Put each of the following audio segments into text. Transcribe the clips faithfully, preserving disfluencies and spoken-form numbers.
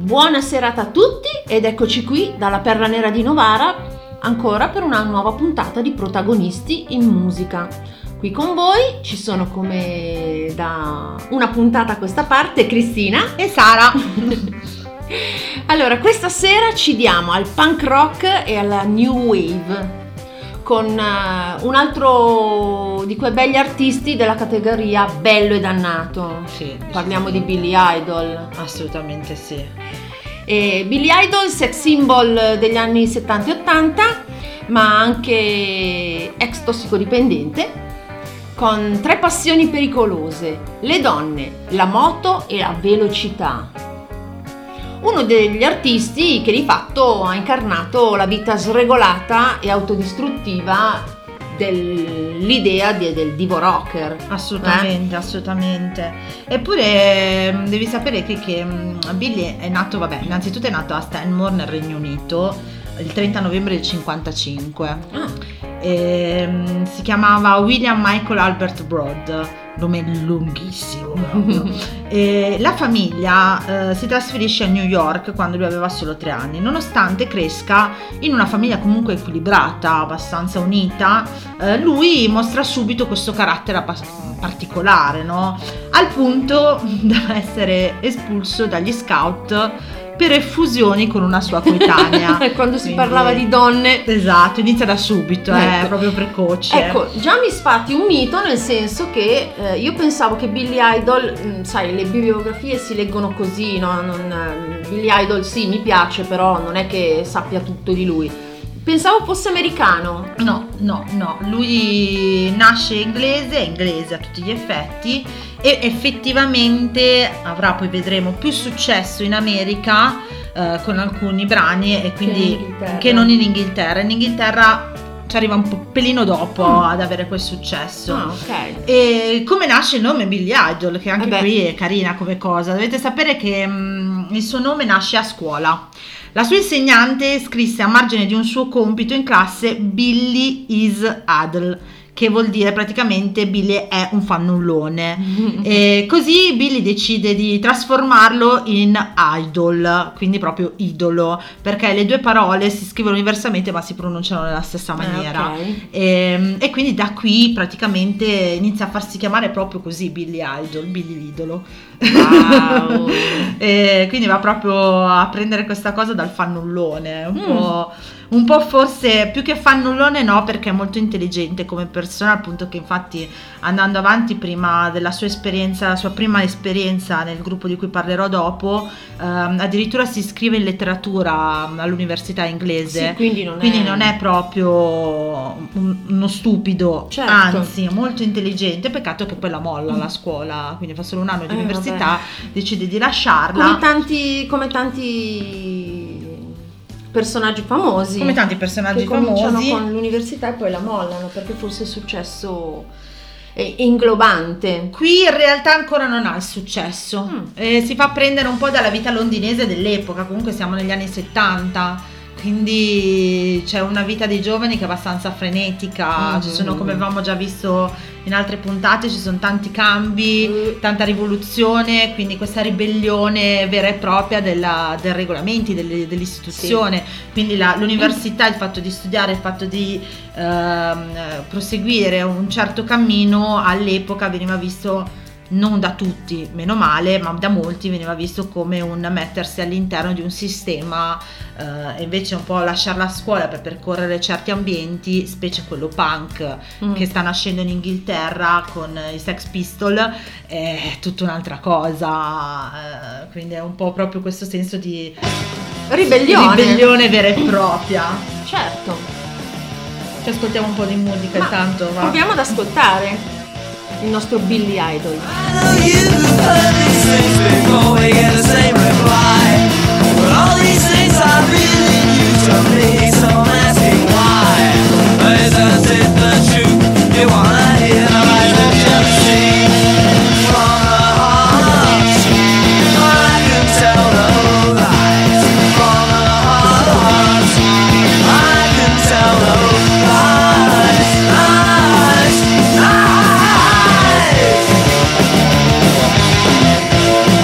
Buona serata a tutti ed eccoci qui dalla Perla Nera di Novara ancora per una nuova puntata di Protagonisti in Musica. Qui con voi ci sono come da una puntata a questa parte Cristina e Sara. Allora, questa sera ci diamo al punk rock e alla new wave con uh, un altro di quei begli artisti della categoria bello e dannato. Sì, parliamo di Billy Idol. Assolutamente sì. E Billy Idol, sex symbol degli anni settanta e ottanta, ma anche ex tossicodipendente, con tre passioni pericolose: le donne, la moto e la velocità. Uno degli artisti che di fatto ha incarnato la vita sregolata e autodistruttiva dell'idea di, del divo rocker. Assolutamente, eh? assolutamente. Eppure devi sapere che, che Billy è nato, vabbè, innanzitutto è nato a Stanmore nel Regno Unito il trenta novembre del cinquantacinque. Ah. E, si chiamava William Michael Albert Broad, nome lunghissimo. E la famiglia eh, si trasferisce a New York quando lui aveva solo tre anni, nonostante cresca in una famiglia comunque equilibrata, abbastanza unita. Eh, lui mostra subito questo carattere abbast- particolare, no? Al punto da essere espulso dagli scout per effusioni con una sua coetanea. Quando si Quindi, parlava di donne, esatto, inizia da subito, ecco. È proprio precoce. Ecco, già mi sfatti un mito, nel senso che eh, io pensavo che Billy Idol, mh, sai, le bibliografie si leggono così, no? Non, eh, Billy Idol sì, mi piace, però non è che sappia tutto di lui. Pensavo fosse americano. No, no, no, lui nasce inglese, è inglese a tutti gli effetti, e effettivamente avrà, poi vedremo, più successo in America eh, con alcuni brani e quindi che, che non in Inghilterra. In Inghilterra ci arriva un po' pelino dopo mm. ad avere quel successo. Ah, ok. E come nasce il nome Billy Idol, che anche Vabbè. qui è carina come cosa. Dovete sapere che mh, il suo nome nasce a scuola. La sua insegnante scrisse a margine di un suo compito in classe Billy is Idol, che vuol dire praticamente Billy è un fannullone. E così Billy decide di trasformarlo in idol, quindi proprio idolo, perché le due parole si scrivono diversamente ma si pronunciano nella stessa maniera. Ah, okay. e, e quindi da qui praticamente inizia a farsi chiamare proprio così Billy Idol, Billy l'idolo. Wow. E quindi va proprio a prendere questa cosa dal fannullone, un mm. po'... un po' forse più che fannullone, no, perché è molto intelligente come persona, al punto che infatti andando avanti, prima della sua esperienza, la sua prima esperienza nel gruppo di cui parlerò dopo, ehm, addirittura si iscrive in letteratura all'università inglese. Sì, quindi non quindi è... non è proprio un, uno stupido, certo. Anzi molto intelligente. Peccato che poi la molla la scuola, quindi fa solo un anno di eh, università, vabbè. Decide di lasciarla, come tanti come tanti personaggi famosi, come tanti personaggi che cominciano famosi con l'università e poi la mollano perché forse il successo è inglobante. Qui in realtà ancora non ha il successo, mm. eh, si fa prendere un po' dalla vita londinese dell'epoca, comunque siamo negli anni settanta, quindi c'è una vita dei giovani che è abbastanza frenetica, mm-hmm. Ci sono, come avevamo già visto in altre puntate, ci sono tanti cambi, mm. tanta rivoluzione, quindi questa ribellione vera e propria della, dei regolamenti, delle, dell'istituzione, sì. Quindi la, l'università, il fatto di studiare, il fatto di ehm, proseguire un certo cammino all'epoca veniva visto, non da tutti, meno male, ma da molti veniva visto come un mettersi all'interno di un sistema, eh, e invece un po' lasciare la scuola per percorrere certi ambienti, specie quello punk mm. che sta nascendo in Inghilterra con i Sex Pistols, è tutta un'altra cosa, eh, quindi è un po' proprio questo senso di ribellione, ribellione vera e propria. Certo. Ci ascoltiamo un po' di musica ma intanto, va? Proviamo ad ascoltare il nostro Billy Idol. Lies, lies.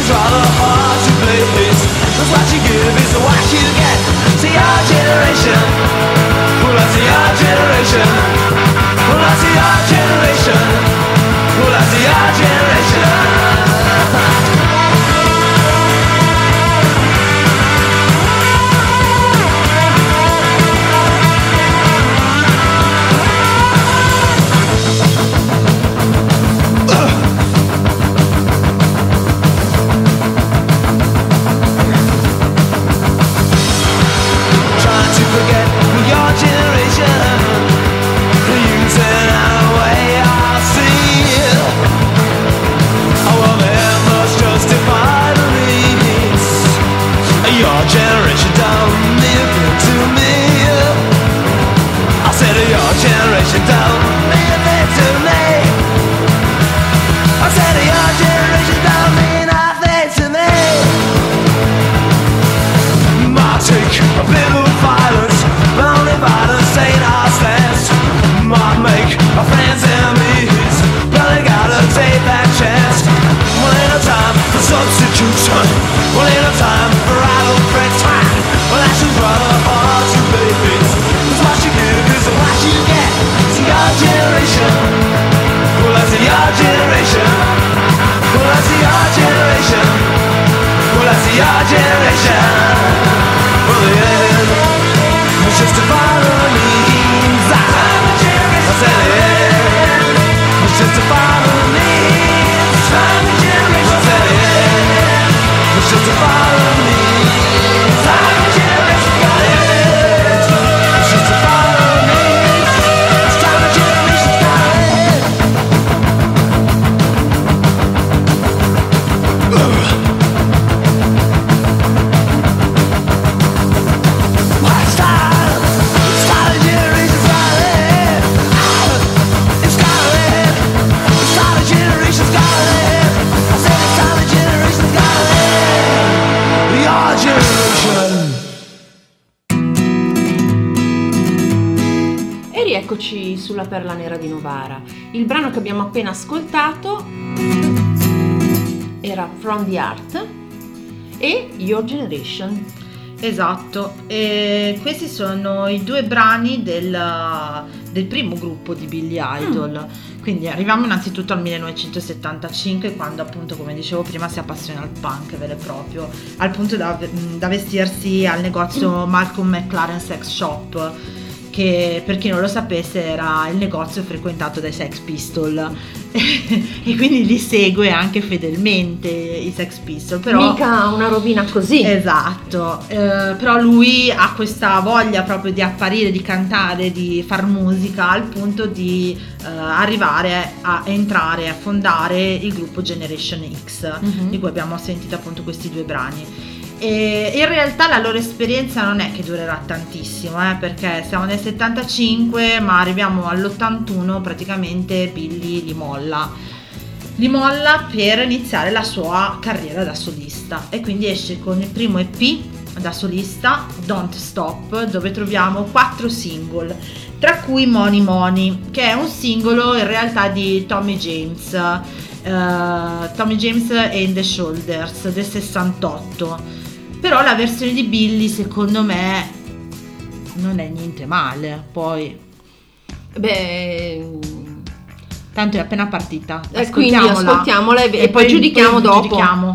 Lessons rather hard to place. That's what you give is what you get. See our generation. Well, I see our generation. Well, I see our generation. Well, I see our generation. Generation don't mean nothing to me. I said your generation don't mean nothing to me. Might take a bit of violence, but only violence ain't our stance. Might make our friends enemies, but they gotta take that chance. Well, ain't no time for substitution. Well, ain't no time for idle threats. Well, that's just rather hard to babies. Cause what you give is what you get. See our generation. Well, I see our generation. Well, I see our generation. Well, I see our generation. Well, the end was just a final means. I said the end was just a final means. I said the end was just a final means. I Eccoci sulla Perla Nera di Novara. Il brano che abbiamo appena ascoltato era From the Heart e Your Generation. Esatto, e questi sono i due brani del, del primo gruppo di Billy Idol. Mm. Quindi arriviamo innanzitutto al millenovecentosettantacinque, quando appunto, come dicevo prima, si appassiona al punk vero e proprio, al punto da, da vestirsi al negozio mm. Malcolm McLaren Sex Shop, che per chi non lo sapesse era il negozio frequentato dai Sex Pistols e quindi li segue anche fedelmente i Sex Pistols. Però mica una robina così. Esatto, eh, però lui ha questa voglia proprio di apparire, di cantare, di far musica, al punto di eh, arrivare a entrare, a fondare il gruppo Generation X, mm-hmm. di cui abbiamo sentito appunto questi due brani. E in realtà la loro esperienza non è che durerà tantissimo, eh, perché siamo nel settantacinque, ma arriviamo all'ottantuno, praticamente Billy li molla li molla per iniziare la sua carriera da solista, e quindi esce con il primo E P da solista, Don't Stop, dove troviamo quattro single, tra cui Money Money, che è un singolo in realtà di Tommy James, uh, Tommy James and the Shoulders del sessantotto. Però la versione di Billy secondo me non è niente male. Poi beh, tanto è appena partita, eh, quindi ascoltiamola e, e poi, poi giudichiamo poi dopo giudichiamo.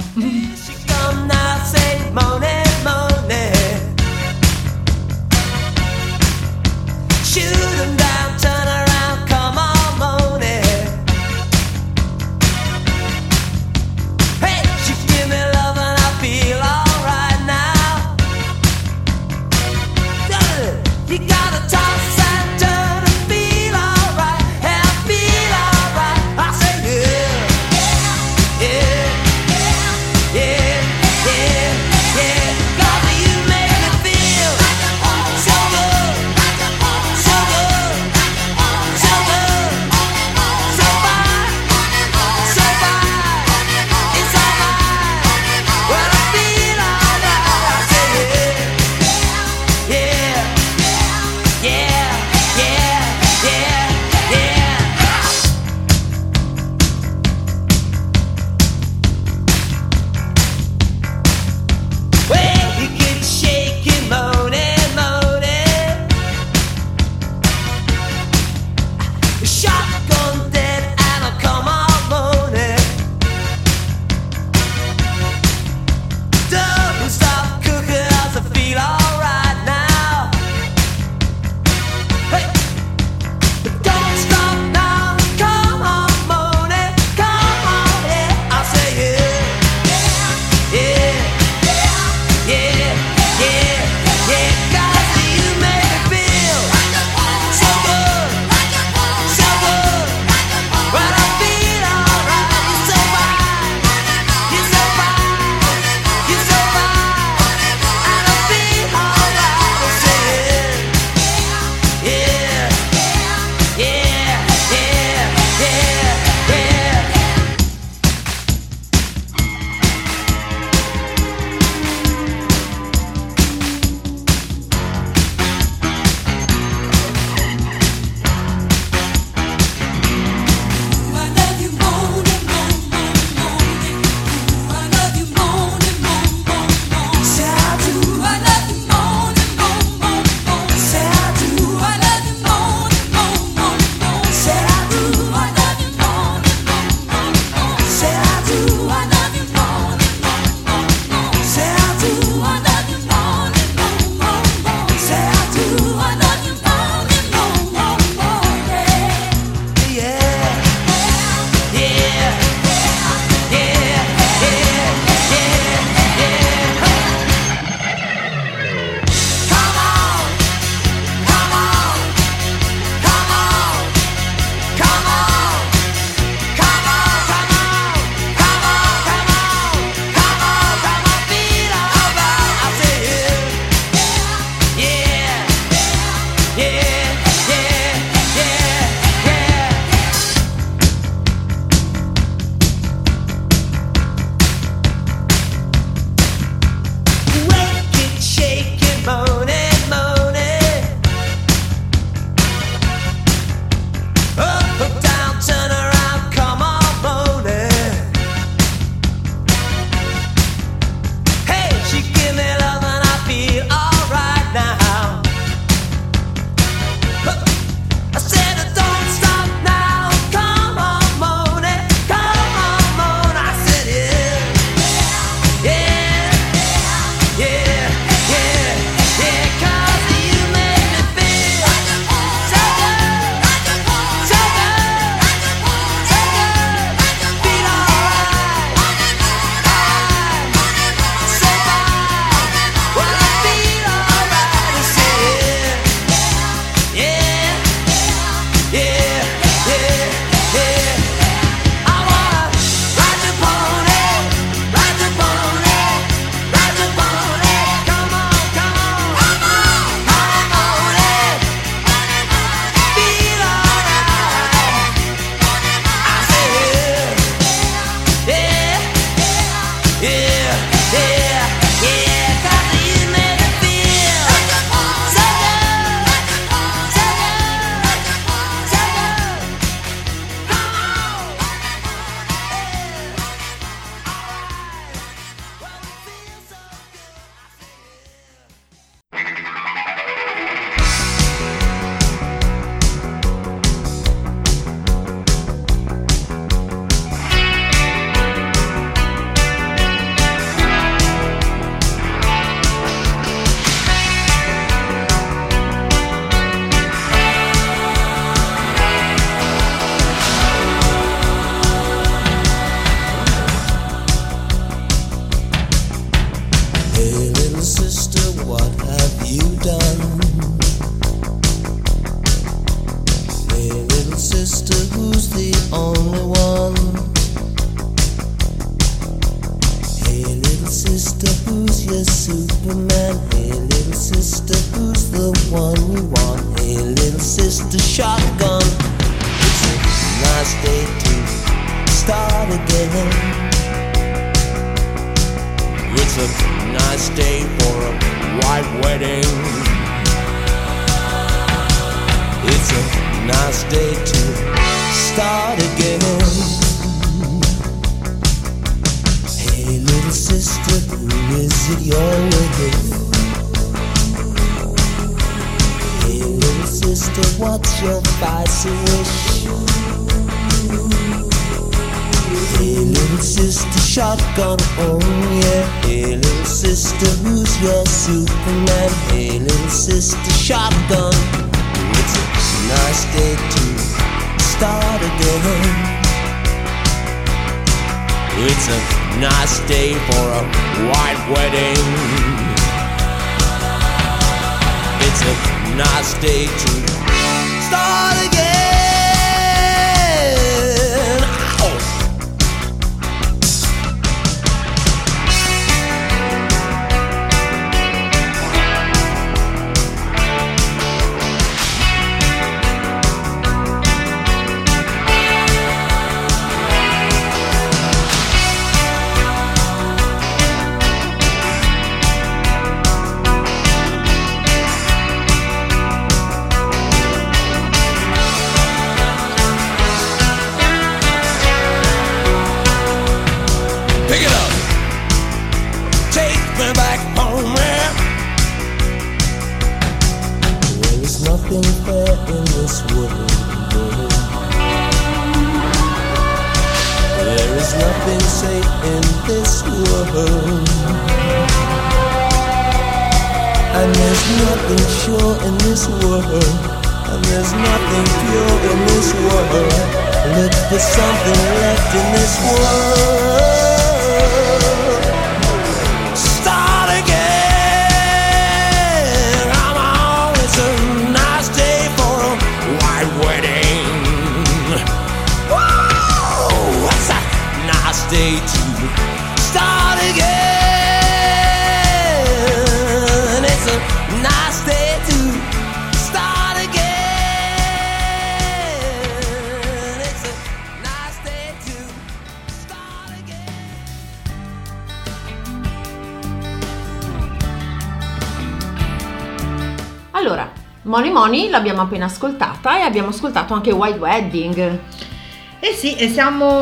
Yeah. sister, who's your Superman? Hey little sister, who's the one you want? Hey little sister, shotgun. It's a nice day to start again. It's a nice day for a white wedding. It's a nice day to start again. Hey little sister, who is it you're with? Hey little sister, what's your vice wish? Hey little sister, shotgun, oh yeah. Hey little sister, who's your Superman? Hey little sister, shotgun. It's a nice day to start again. It's a nice day for a white wedding. It's a nice day to start again. Ow! There's something left in this world. Start again. Come on, it's a nice day for a white wedding. Whoa, it's a nice day to start again. It's a nice day to start again. Allora, Money Money l'abbiamo appena ascoltata e abbiamo ascoltato anche White Wedding. Eh sì, e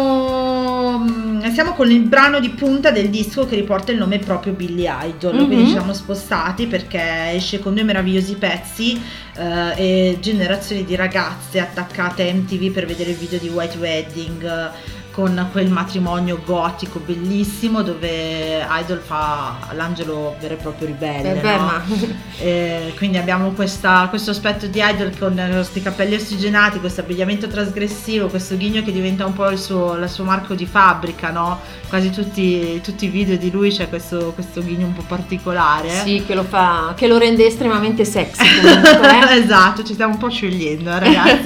siamo, siamo con il brano di punta del disco che riporta il nome proprio Billy Idol, mm-hmm. Quindi ci siamo spostati perché esce con due meravigliosi pezzi eh, e generazioni di ragazze attaccate a M T V per vedere il video di White Wedding, con quel matrimonio gotico bellissimo dove Idol fa l'angelo vero e proprio ribelle, eh beh, no? ma... E quindi abbiamo questa, questo aspetto di Idol con questi capelli ossigenati, questo abbigliamento trasgressivo, questo ghigno che diventa un po' il suo, il suo marco di fabbrica, no? Quasi tutti, tutti i video di lui c'è questo, questo ghigno un po' particolare. Sì, che lo fa, che lo rende estremamente sexy comunque, eh? Esatto, ci stiamo un po' sciogliendo, ragazzi.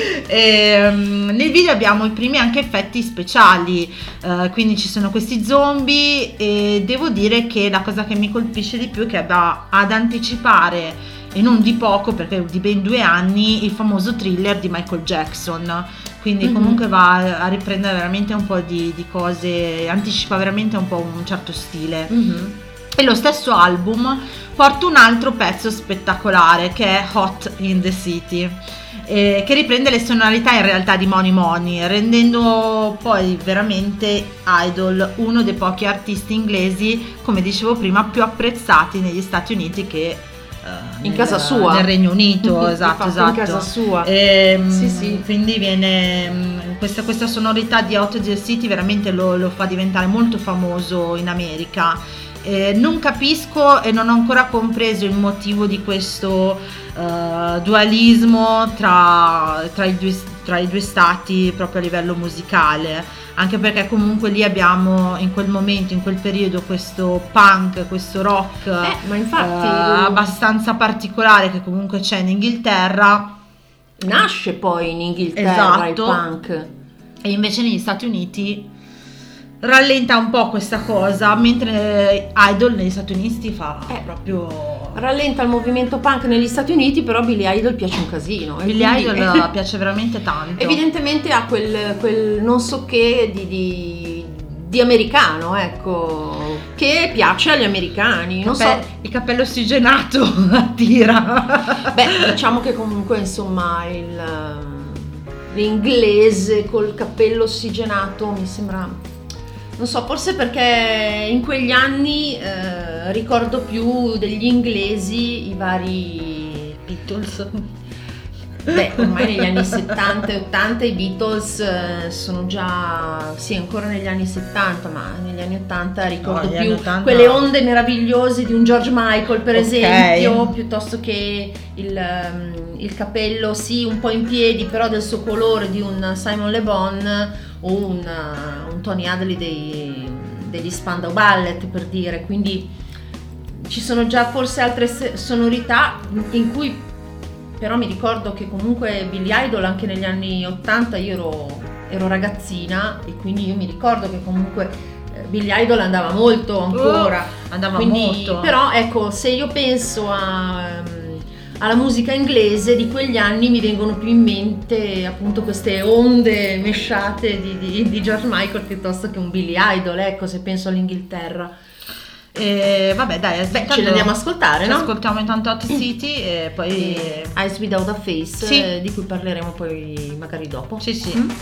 E, um, nel video abbiamo i primi anche effetti speciali, uh, quindi ci sono questi zombie e devo dire che la cosa che mi colpisce di più è che va ad anticipare, e non di poco perché di ben due anni, il famoso Thriller di Michael Jackson, quindi mm-hmm. comunque va a riprendere veramente un po' di, di cose, anticipa veramente un po' un certo stile. Mm-hmm. E lo stesso album porta un altro pezzo spettacolare che è Hot in the City, eh, che riprende le sonorità in realtà di Money Money, rendendo poi veramente Idol uno dei pochi artisti inglesi, come dicevo prima, più apprezzati negli Stati Uniti che uh, in nel, casa sua, nel Regno Unito. Esatto, esatto. In casa sua. E, sì, sì. Quindi viene questa, questa sonorità di Hot in the City veramente lo, lo fa diventare molto famoso in America. Eh, non capisco e non ho ancora compreso il motivo di questo uh, dualismo tra, tra, i due, tra i due stati proprio a livello musicale, anche perché comunque lì abbiamo in quel momento, in quel periodo, questo punk, questo rock eh, ma infatti, uh, abbastanza particolare che comunque c'è in Inghilterra. Nasce poi in Inghilterra, esatto, il punk, e invece negli Stati Uniti rallenta un po' questa cosa, mentre Idol negli Stati Uniti fa Eh. proprio... Rallenta il movimento punk negli Stati Uniti, però Billy Idol piace un casino. e Billy quindi- Idol piace veramente tanto. Evidentemente ha quel, quel non so che di, di, di americano, ecco, che piace agli americani. Non so. Cape- il cappello ossigenato attira. Beh, diciamo che comunque insomma il, l'inglese col cappello ossigenato mi sembra, non so, forse perché in quegli anni eh, ricordo più degli inglesi i vari Beatles. Beh, ormai negli anni settanta e ottanta i Beatles eh, sono già, sì, ancora negli anni settanta, ma negli anni ottanta ricordo No, negli più anni ottanta quelle onde meravigliose di un George Michael, per Ok. esempio, piuttosto che il, ehm, il capello, sì, un po' in piedi, però del suo colore, di un Simon Le Bon o un, uh, un Tony Hadley dei, degli Spandau Ballet, per dire. Quindi ci sono già forse altre se- sonorità in cui però mi ricordo che comunque Billy Idol anche negli anni ottanta io ero, ero ragazzina, e quindi io mi ricordo che comunque eh, Billy Idol andava molto ancora. Oh, andava Quindi, molto. Però ecco, se io penso a, ehm, alla musica inglese di quegli anni mi vengono più in mente appunto queste onde mesciate di, di, di George Michael piuttosto che un Billy Idol, ecco, se penso all'Inghilterra. E vabbè, dai, Beh, ce li andiamo a ascoltare, Ci no? ascoltiamo intanto Hot City e poi... E Eyes Without a Face, Sì. eh, di cui parleremo poi magari dopo. Sì, sì. Mm?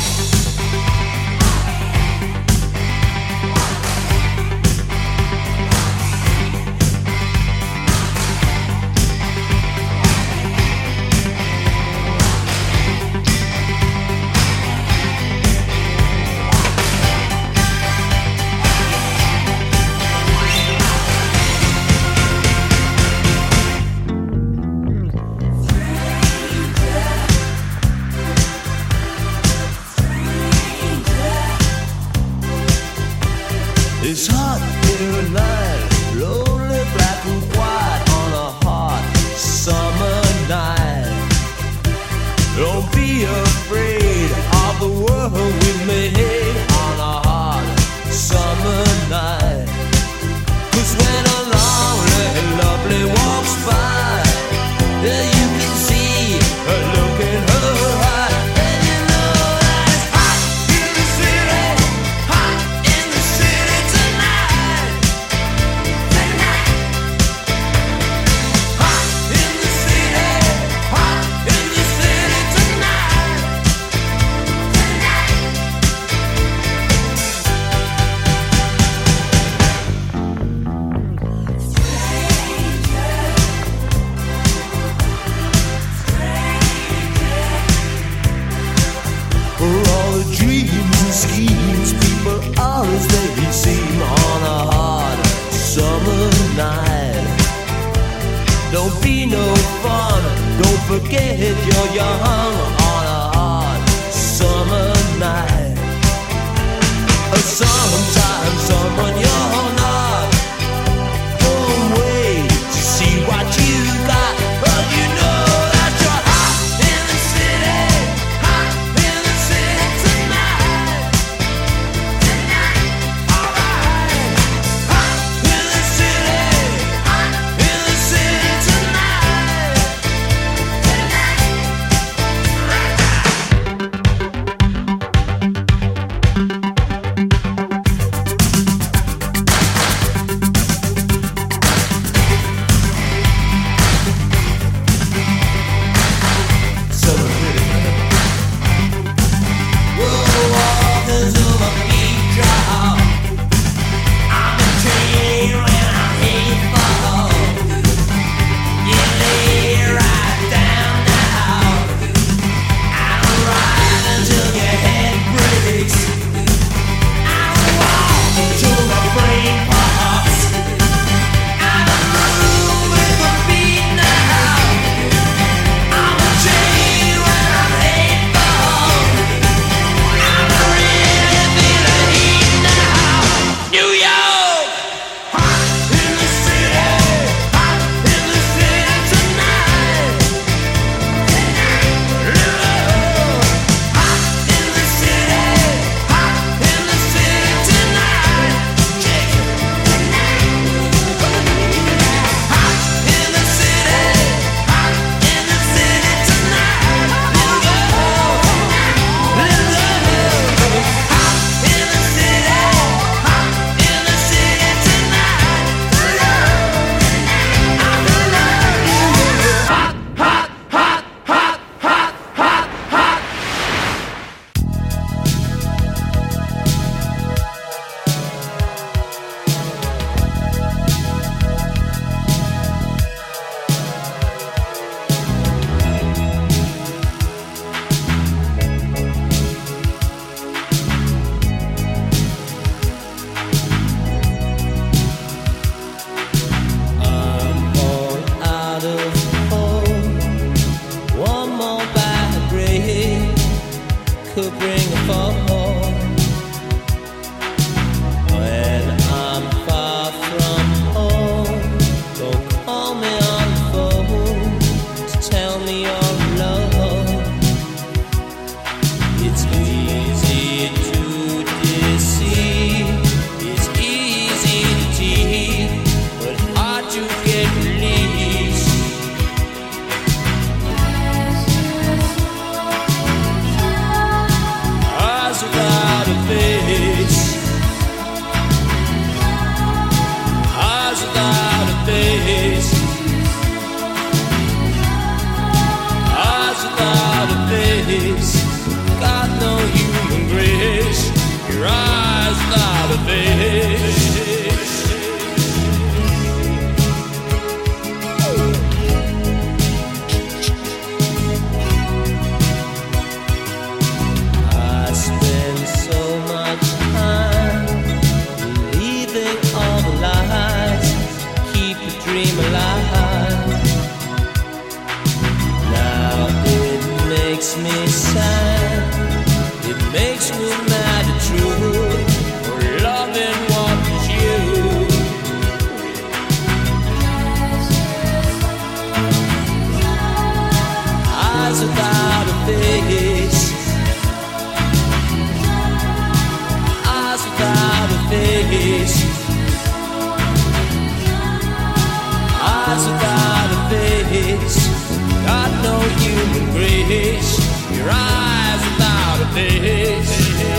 It's hot here at night, lonely, black and white on a hot summer night. Don't be afraid of the world we made on a hot summer night. 'Cause when a lonely, lovely walks by, yeah, you can see her look in her eye, and you know that it's hot in the city, hot in the city tonight, tonight. Hot in the city, hot in the city tonight, for all the dreams and schemes people always they seem on a hot summer night. Don't be no fun, don't forget you're young on a hot summer night. Sometimes someone you're not won't wait to see what you got, but you know that you're hot in the city, hot in the city tonight, tonight, alright. Hot in the city, hot in the city tonight, tonight. face. I spend so much time believing all the lies, keep the dream alive. Now it makes me sad, it makes me mad at you, for loving what was you. Eyes without a face, eyes without a face, eyes without a face, got no human grace. Your eyes without a face.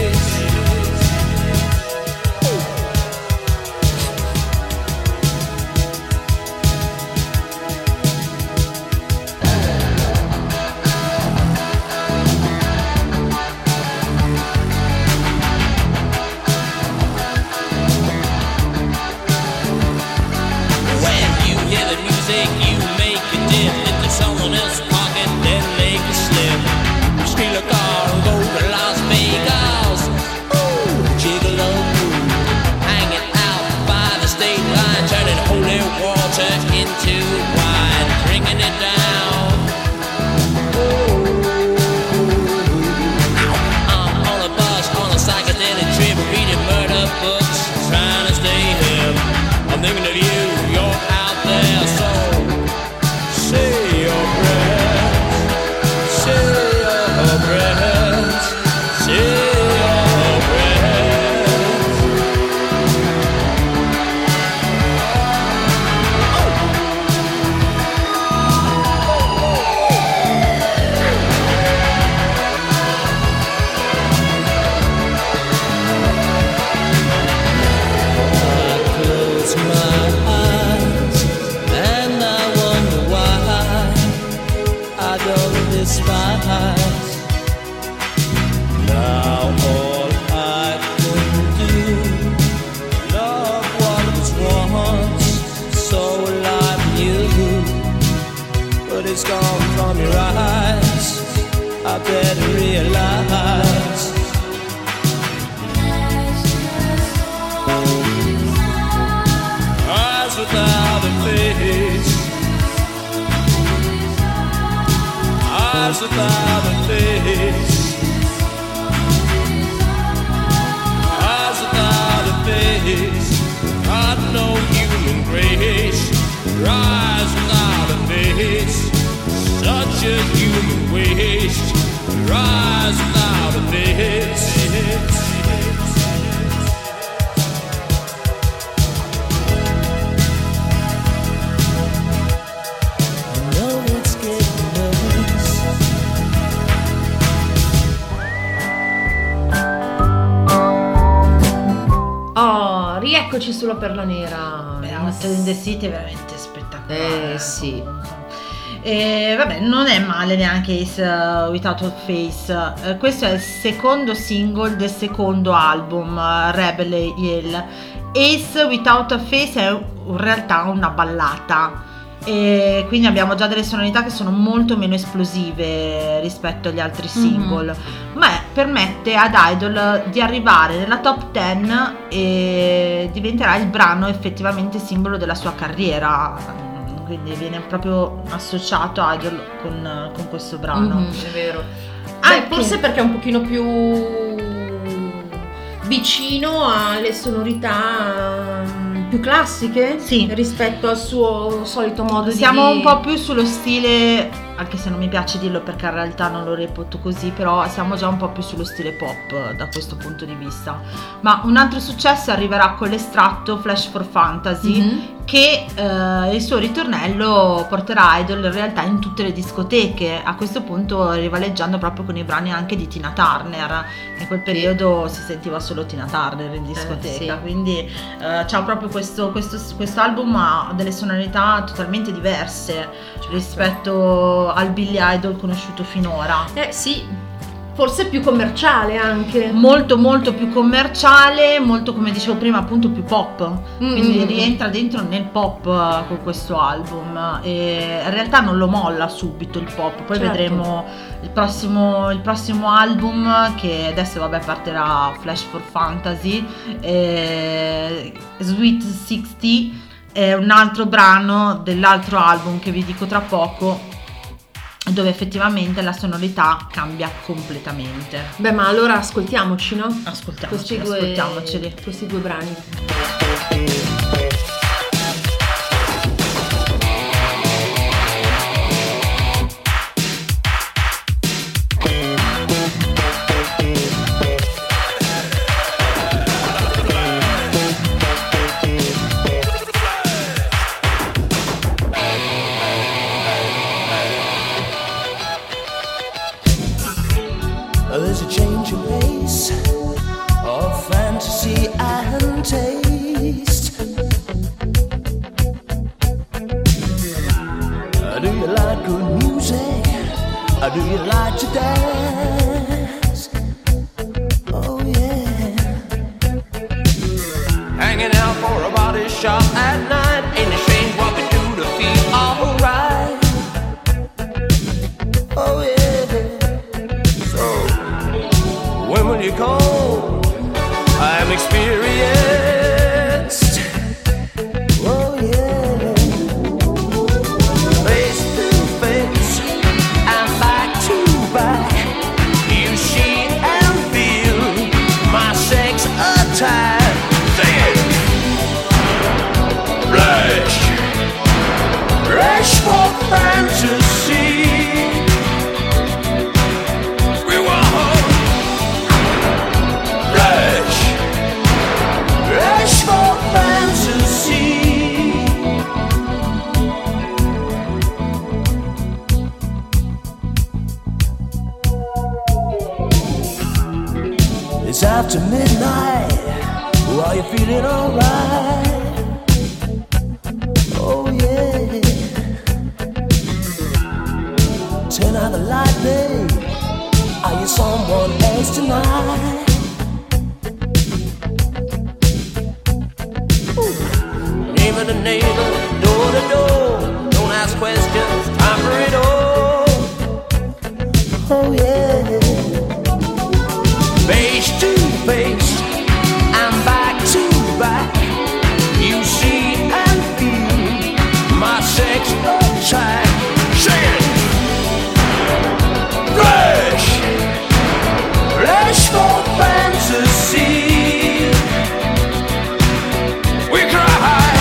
When you hear the music, you make it dip into someone else's pocket, then make it slip. Steal a car and go to Las Vegas. Ooh, gigolo, hanging out by the state line, turning holy water into wine, drinking it down. Ooh, I'm on a bus on a psychedelic trip, reading murder books, trying to stay hip. I'm thinking of you, you're out there, so say your prayers, say your prayers, say your prayers. I close my eyes and I wonder why I don't despise. Now all I can do, love what was once so alive in you, but it's gone from your eyes. I better realize. Eyes without a face, eyes without a face, eyes without a face, got no human grace. Your eyes without a face, such a human waste. Your eyes without a face. Oh, rieccoci sulla Perla Nera. Hotel in the City è veramente spettacolare. Eh sì. E vabbè, non è male neanche Ace uh, Without a Face. Uh, questo è il secondo single del secondo album, uh, Rebel Yell. Ace Without a Face è in realtà una ballata, e quindi abbiamo già delle sonorità che sono molto meno esplosive rispetto agli altri single, mm-hmm. ma permette ad Idol di arrivare nella top dieci e diventerà il brano effettivamente simbolo della sua carriera. Quindi viene proprio associato a Idol con, con questo brano. Mm-hmm, è vero. Anche... Beh, forse perché è un pochino più vicino alle sonorità più classiche, sì, rispetto al suo solito modo Siamo di... un po' più sullo stile, anche se non mi piace dirlo perché in realtà non lo reputo così, però siamo già un po' più sullo stile pop da questo punto di vista. Ma un altro successo arriverà con l'estratto Flash for Fantasy, mm-hmm. che eh, il suo ritornello porterà Idol in realtà in tutte le discoteche, a questo punto rivaleggiando proprio con i brani anche di Tina Turner. In quel periodo si sentiva solo Tina Turner in discoteca, eh, sì. quindi eh, c'ha proprio questo, questo, questo album ha delle sonorità totalmente diverse rispetto al Billy Idol conosciuto finora. Eh sì, Forse più commerciale anche. Molto molto più commerciale, molto, come dicevo prima, appunto più pop. Mm. Quindi rientra dentro nel pop uh, con questo album. E in realtà non lo molla subito il pop. Poi Certo. vedremo il prossimo, il prossimo album, che adesso vabbè partirà, Flash for Fantasy, eh, Sweet sessanta, è un altro brano dell'altro album che vi dico tra poco, dove effettivamente la sonorità cambia completamente. Beh, ma allora ascoltiamoci, no? Ascoltiamoci, Questi due, ascoltiamoceli. questi due brani. There's a change in pace of fantasy and taste. Uh, Do you like good music? Or do you like to dance? Oh yeah. Hanging out for a body shop at night. Ain't it strange what we do to feel alright? Oh yeah. When will you come? I'm experienced. Oh yeah. Face to face and back to back, you see and feel my sex attack. Sing it. Rush, rush for fantasy. It's after midnight. Are you feeling alright? Oh yeah. Turn out the light, babe. Are you someone else tonight? Ooh. Name of the neighbor, door to door. Don't ask questions, time for it all. Oh yeah. Face to face and back to back, you see and feel my sex attack. Say it. Rush, rush for fantasy. We cry,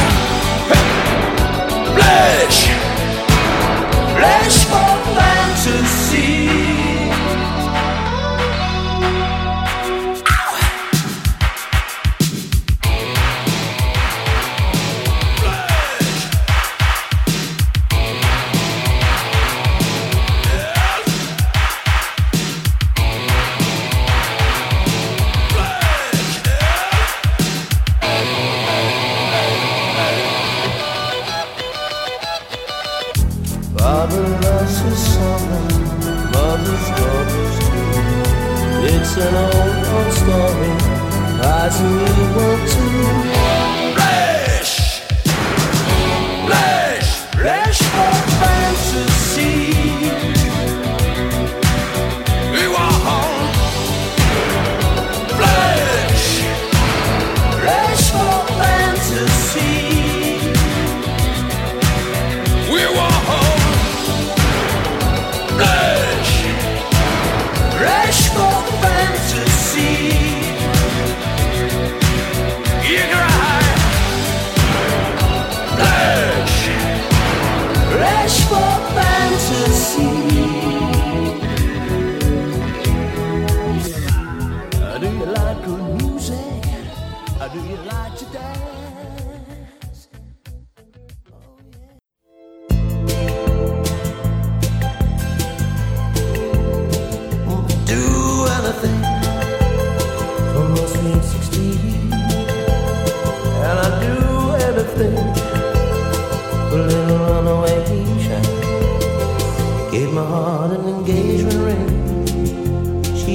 blush, blush for fantasy. Father loves his son, mother's daughters too. It's an old, old story, as we want to. Flash, flash, flash for fantasy. We want home. Flash, flash for fantasy. We want home. Rush, rush for fantasy. You cry. Rush, rush for fantasy. Do you like good music? Do you like to dance? For my sweet sixteen, and I do everything for a little runaway shine. Gave my heart an engagement ring. She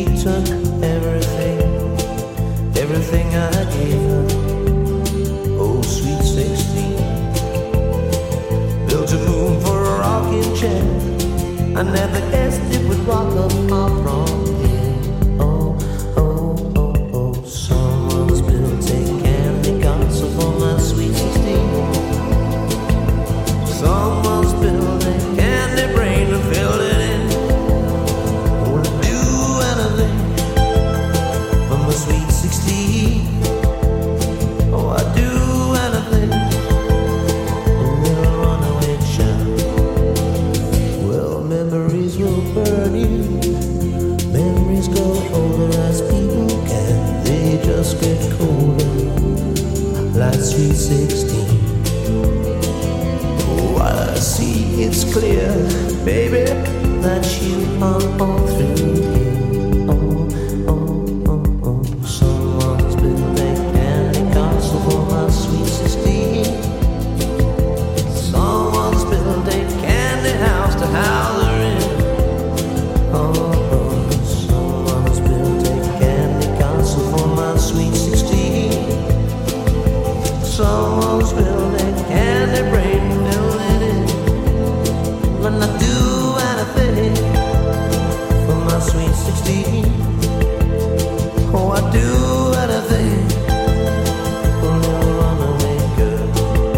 I never guessed it would rock up far from here. Oh, oh, oh, oh, someone's built a candy castle for my sweet sixteen. Someone's built a candy brain and filled it in. Would do anything for my sweet sixteen. Oh, I'd do anything. A little runaway child. Well, memories will burn you. Memories go older as people can. They just get colder, like sweet sixteen. Oh, I see it's clear, baby, that you are all through here. Oh, oh, oh, oh, someone's built a candy castle for my sweet sixteen. Someone's built a candy house to house her in. Oh, oh, someone's built a candy castle for my sweet sixteen. Someone's built a candy brain, filled it in. When I do anything for my sweet sixteen. Oh, I do anything for a little runaway girl.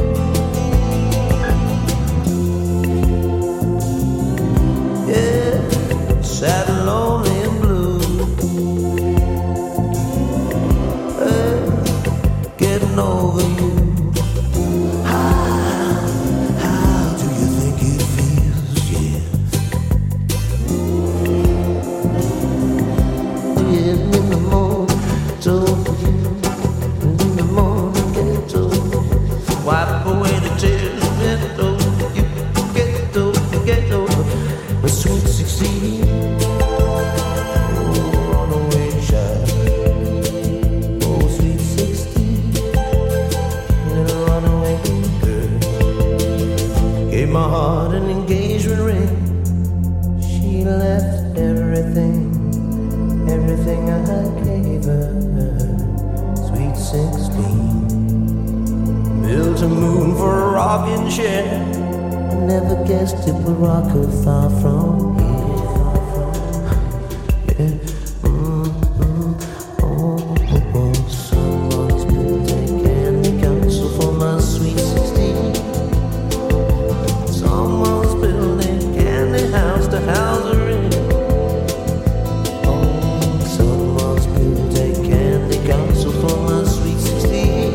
Yeah, sad and lonely and blue. Hey, getting over you. How, how do you think it feels? Yeah. Yeah, in the morning, it's over you. In the morning, get over. Wipe away the tears, get over you. Get over, get over. My sweet sixteen. Oh, runaway child. Oh, sweet sixteen. Little runaway girl. Gave my heart an engagement ring. She left everything, everything I gave her. Sweet sixteen. Built a moon for a rocking chair. I never guessed it would rock her far from here. Yeah. Mm, mm, oh, oh, oh. Someone's built a candy castle for my sweet sixteen. Someone's built a candy house to house her in. Oh, someone's built a candy castle for my sweet sixteen.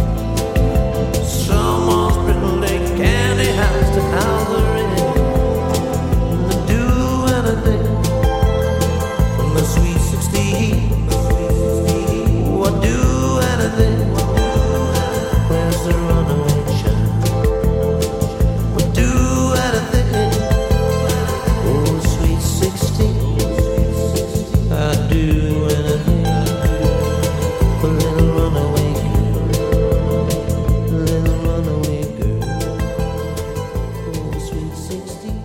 Someone's built a candy house to house her in. And I'd do anything for my sweet sixteen. Oh, I'd do anything. Where's the runaway child? I'd do anything. Oh, sweet sixteen. I'd do anything for a little runaway girl. Little runaway girl. Oh, sweet sixteen.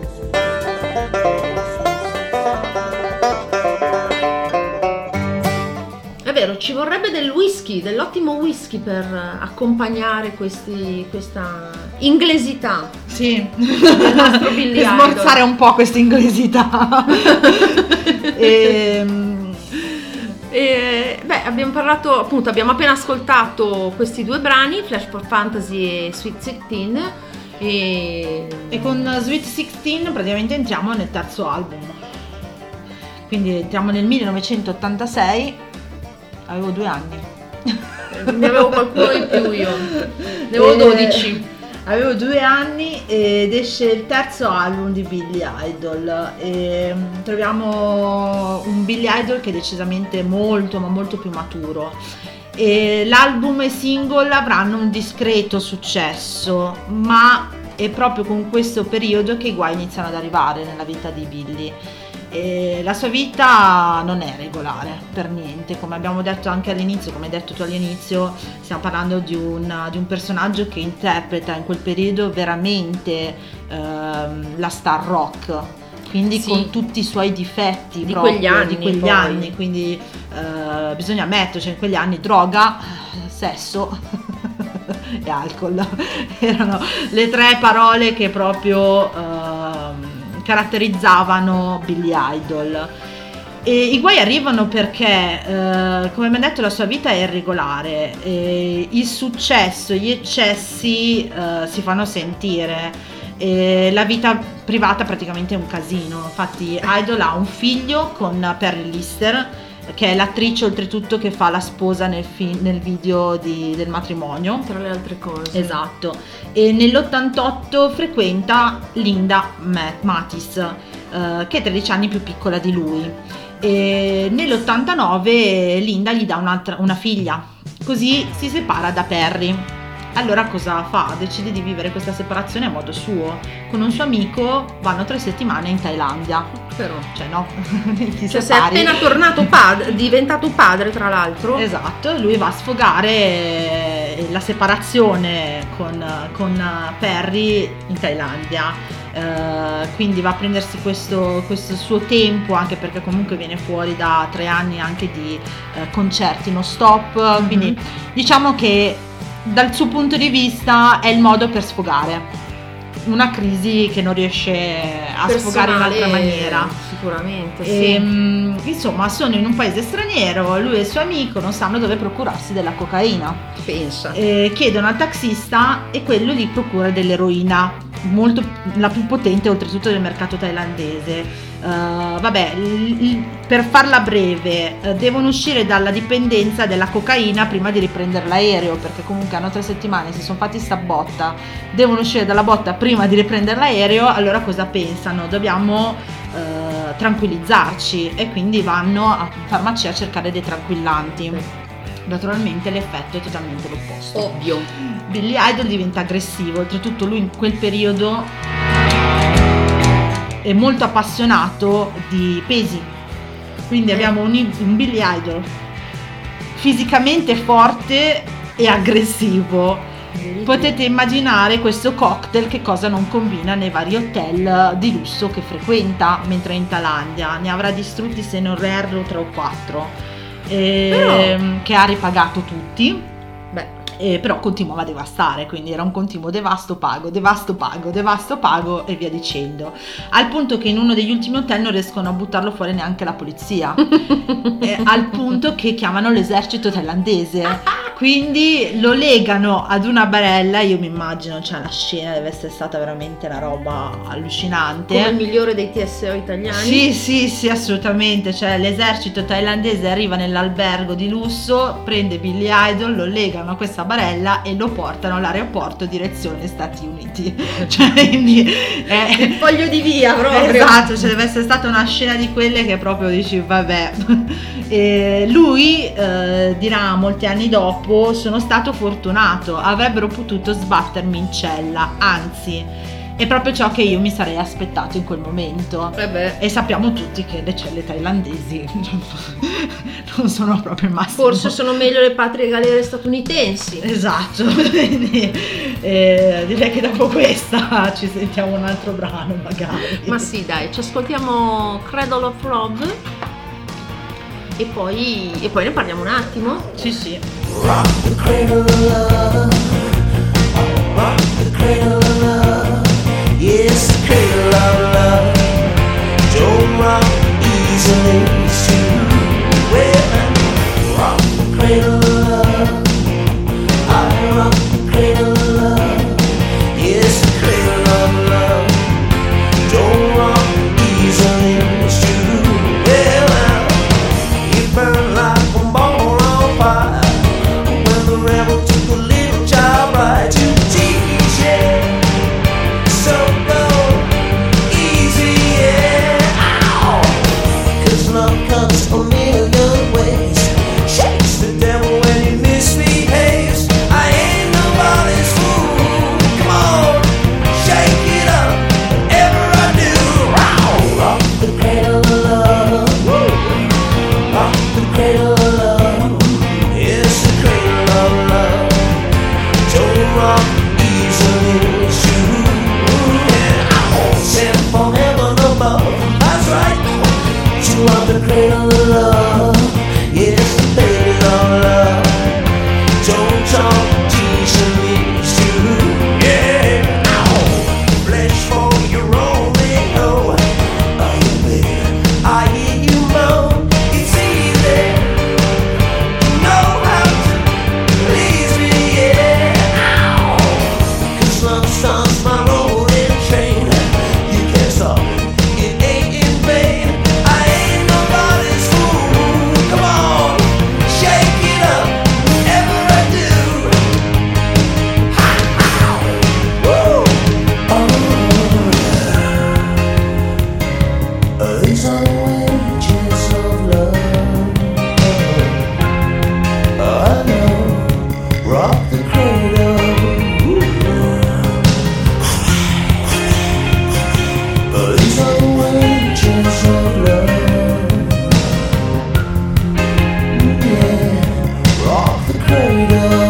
È vero, ci vorrebbe del whisky, dell'ottimo whisky per eh, accompagnare questi, questa inglesità Sì, del nostro Billy per Idol. smorzare un po' questa inglesità. Ehm, E, beh, abbiamo parlato, appunto, abbiamo appena ascoltato questi due brani, Flash for Fantasy e Sweet sixteen, e, E con Sweet sixteen praticamente entriamo nel terzo album. Quindi entriamo nel millenovecentottantasei, avevo due anni. ne avevo qualcuno in più io, ne avevo Eh, dodici. Avevo due anni ed esce il terzo album di Billy Idol. E troviamo un Billy Idol che è decisamente molto ma molto più maturo. E l'album e i single avranno un discreto successo, ma è proprio con questo periodo che i guai iniziano ad arrivare nella vita di Billy. E la sua vita non è regolare per niente, come abbiamo detto anche all'inizio, come hai detto tu all'inizio, stiamo parlando di un, di un personaggio che interpreta in quel periodo veramente ehm, la star rock, quindi Sì. con tutti i suoi difetti Di proprio, quegli anni di quegli poi. anni, quindi eh, bisogna ammettere, cioè in quegli anni droga, sesso e alcol erano le tre parole che proprio ehm, caratterizzavano Billy Idol. E i guai arrivano perché, eh, come abbiamo detto, la sua vita è irregolare, e il successo, gli eccessi eh, si fanno sentire, e la vita privata praticamente è un casino. Infatti Idol ha un figlio con Perry Lister, che è l'attrice oltretutto che fa la sposa nel, fi- nel video di, del matrimonio, tra le altre cose. Esatto. E nell'ottantotto frequenta Linda Mathis, eh, che è tredici anni più piccola di lui. E nell'ottantanove Linda gli dà un'altra, una figlia, così si separa da Perry. Allora cosa fa? Decide di vivere questa separazione a modo suo. Con un suo amico vanno tre settimane in Thailandia. Però, cioè no, ti cioè, sei separi. appena tornato padre, diventato padre tra l'altro. Esatto, lui va a sfogare la separazione con, con Perry in Thailandia. Uh, quindi va a prendersi questo, questo suo tempo, anche perché comunque viene fuori da tre anni anche di uh, concerti non stop, mm-hmm. Quindi diciamo che dal suo punto di vista è il modo per sfogare una crisi che non riesce a Personale, sfogare in un'altra maniera. Sicuramente, e, sì. um, insomma, sono in un paese straniero, lui e il suo amico non sanno dove procurarsi della cocaina. Pensa. E chiedono al taxista e quello gli procura dell'eroina, molto, la più potente oltretutto del mercato thailandese. Uh, vabbè, l- l- per farla breve, uh, devono uscire dalla dipendenza della cocaina prima di riprendere l'aereo, perché comunque hanno tre settimane, si sono fatti sta botta, devono uscire dalla botta prima di riprendere l'aereo. Allora cosa pensano? Dobbiamo uh, tranquillizzarci, e quindi vanno a farmacia a cercare dei tranquillanti. Naturalmente l'effetto è totalmente l'opposto. Ovvio. Billy Idol diventa aggressivo, oltretutto lui in quel periodo è molto appassionato di pesi, quindi abbiamo un, un Billy Idol fisicamente forte e aggressivo. Potete immaginare questo cocktail che cosa non combina nei vari hotel di lusso che frequenta mentre è in Thailandia. Ne avrà distrutti, se non erro, tre o quattro, ehm, che ha ripagato tutti. Beh. Eh, però continuava a devastare, quindi era un continuo devasto pago, devasto pago, devasto pago e via dicendo, al punto che in uno degli ultimi hotel non riescono a buttarlo fuori neanche la polizia. eh, al punto che chiamano l'esercito thailandese, quindi lo legano ad una barella. Io mi immagino, cioè la scena deve essere stata veramente una roba allucinante, come il migliore dei T S O italiani. Sì sì sì, assolutamente. Cioè l'esercito thailandese arriva nell'albergo di lusso, prende Billy Idol, lo legano a questa barella e lo portano all'aeroporto direzione Stati Uniti. Cioè, quindi è il foglio di via proprio. Esatto, cioè deve essere stata una scena di quelle che proprio dici vabbè. E lui eh, dirà molti anni dopo: sono stato fortunato, avrebbero potuto sbattermi in cella, anzi è proprio ciò che io mi sarei aspettato in quel momento. Eh beh. E sappiamo tutti che le celle thailandesi non sono proprio il massimo. Forse sono meglio le patrie galere statunitensi. Esatto. Quindi, eh, direi che dopo questa ci sentiamo un altro brano magari. Ma sì, dai, ci ascoltiamo Cradle of Love e poi, e poi ne parliamo un attimo. Sì sì. Rock the cradle of love, rock the cradle of love, yes, the cradle of love, don't rock easily, it's true. Well, rock the cradle of love, I rock the cradle of love, yes, the cradle of love, don't rock easily, it's true. Well, you burn like a ball on fire when the rebel rock the cradle. These are the wages of love. Yeah, rock the cradle.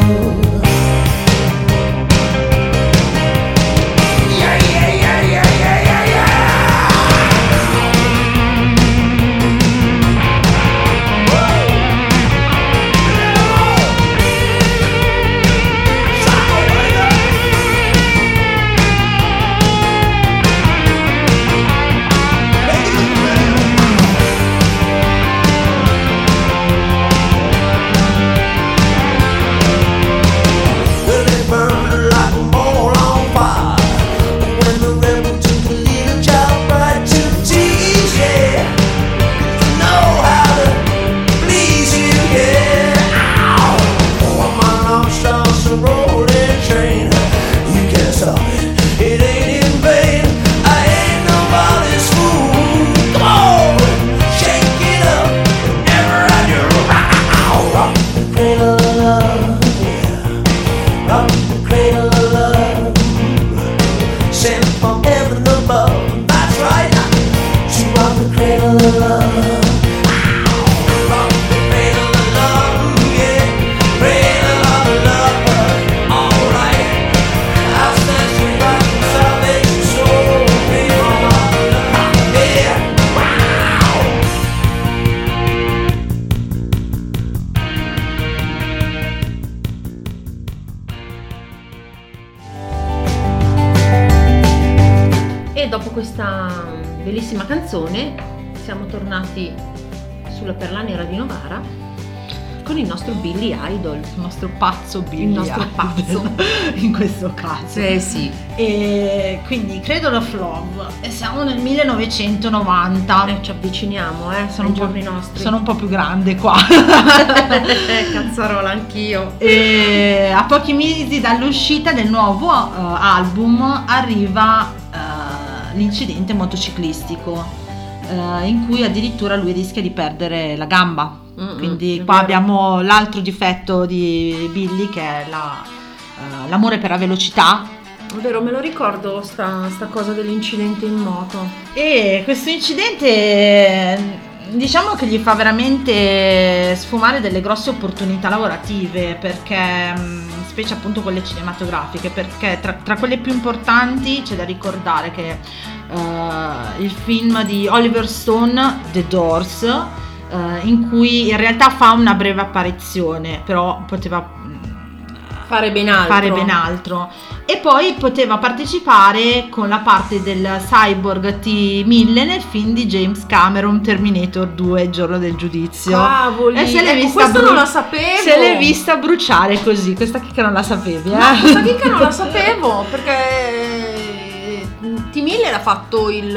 Dopo questa bellissima canzone siamo tornati sulla perla nera di Novara con il nostro Billy Idol, il nostro pazzo Billy il nostro Idol, pazzo in questo caso. Eh sì. E quindi Cradle of Love e siamo nel millenovecentonovanta. Eh, ci avviciniamo, eh, sono un i po', giorni nostri. Sono un po' più grande qua. Cazzarola anch'io. E a pochi mesi dall'uscita del nuovo uh, album arriva uh, l'incidente motociclistico uh, in cui addirittura lui rischia di perdere la gamba. Mm-hmm, quindi qua vero. Abbiamo l'altro difetto di Billy, che è la, uh, l'amore per la velocità. È vero, me lo ricordo sta, sta cosa dell'incidente in moto. E questo incidente diciamo che gli fa veramente sfumare delle grosse opportunità lavorative, perché specie appunto quelle cinematografiche, perché tra, tra quelle più importanti c'è da ricordare che uh, il film di Oliver Stone, The Doors, uh, in cui in realtà fa una breve apparizione, però poteva fare ben altro. fare ben altro e poi poteva partecipare con la parte del cyborg T mille nel film di James Cameron, Terminator due, Il giorno del giudizio. Cavoli, e se l'è ecco, vista questo bru- non la sapevo. Se l'è vista bruciare così, questa chicca non la sapevi, eh? No, questa chicca non la sapevo, perché T mille l'ha fatto il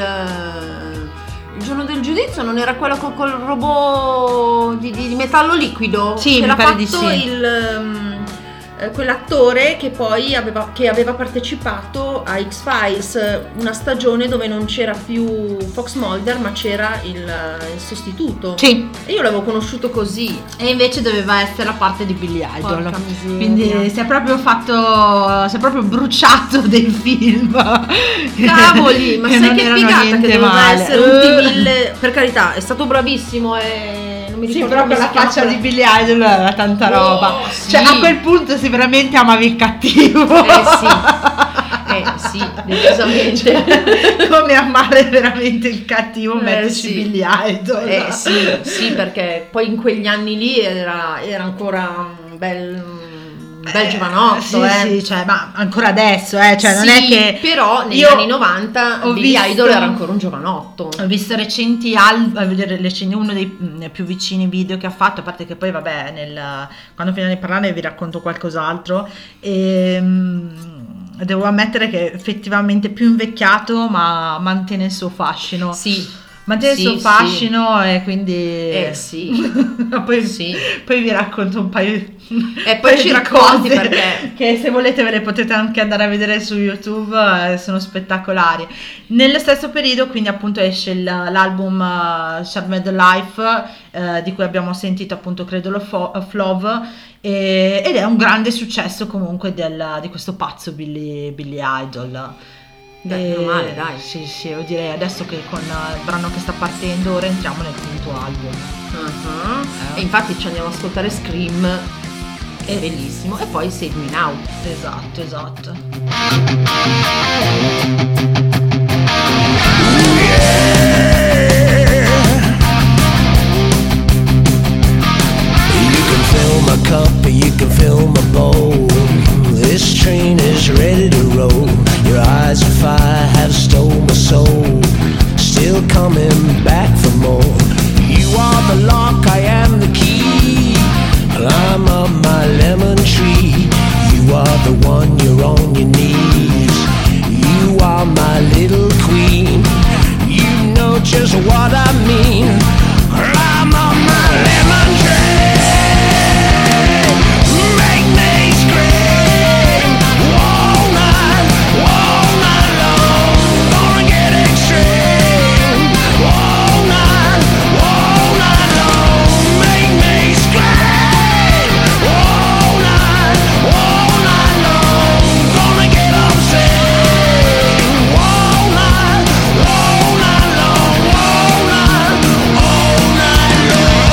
Il giorno del giudizio, non era quello col, col robot di, di, di metallo liquido? Sì, che mi l'ha pare fatto di sì. il um, quell'attore che poi aveva, che aveva partecipato a X-Files, una stagione dove non c'era più Fox Mulder ma c'era il, il sostituto. Sì. E io l'avevo conosciuto così. E invece doveva essere la parte di Billy Idol. Porca miseria. Quindi si è proprio fatto, si è proprio bruciato dei film. Cavoli, ma che sai non che erano figata niente che doveva male. essere un T mille, per carità, è stato bravissimo e non mi Sì, ricordo proprio come la si chiama faccia quella- di Billy Idol era tanta Oh, roba. sì. Cioè a quel punto si veramente amavi il cattivo. Eh sì, eh sì, decisamente. Come amare veramente il cattivo, Eh, metterci sì. Billy Idol. Eh sì, sì, perché poi in quegli anni lì era, era ancora un bel, un bel giovanotto, sì, eh. sì, cioè, ma ancora adesso, eh, cioè non Sì, è che però negli io anni novanta ho Billy visto- Idol era ancora un giovanotto. Ho visto recenti al- a vedere recenti- uno dei mh, più vicini video che ha fatto, a parte che poi vabbè nel, quando finiamo di parlare vi racconto qualcos'altro e mh, devo ammettere che effettivamente più invecchiato ma mantiene il suo fascino. Sì, Mantiene sì, il suo sì. fascino e quindi eh sì, poi, sì. poi vi racconto un paio E poi ci racconti perché. Che se volete ve le potete anche andare a vedere su YouTube, eh, sono spettacolari. Nello stesso periodo quindi appunto esce il, l'album uh, Charmed Life, eh, di cui abbiamo sentito appunto Cradle of, of Love, e, ed è un grande successo comunque del, di questo pazzo Billy, Billy Idol. Dai, E- meno male, dai. Sì, sì, io direi adesso che con uh, il brano che sta partendo ora entriamo nel quinto album. Uh-huh. Eh. E infatti ci andiamo ad ascoltare Scream, che è bellissimo, e poi Save Me Now. Esatto, esatto. You can fill my cup, you can fill my bowl. This train is ready to roll. Your eyes of fire have stole my soul. Still coming back for more. You are the lock, I am the key. Climb up my lemon tree. You are the one, you're on your knees. You are my little queen. You know just what I mean. Climb up my lemon tree. Make me scream. All night, all night long. Gonna get extreme. All night, all night long. Make me scream. All night, all night long. Gonna get upset. All night, all night long. All night, all night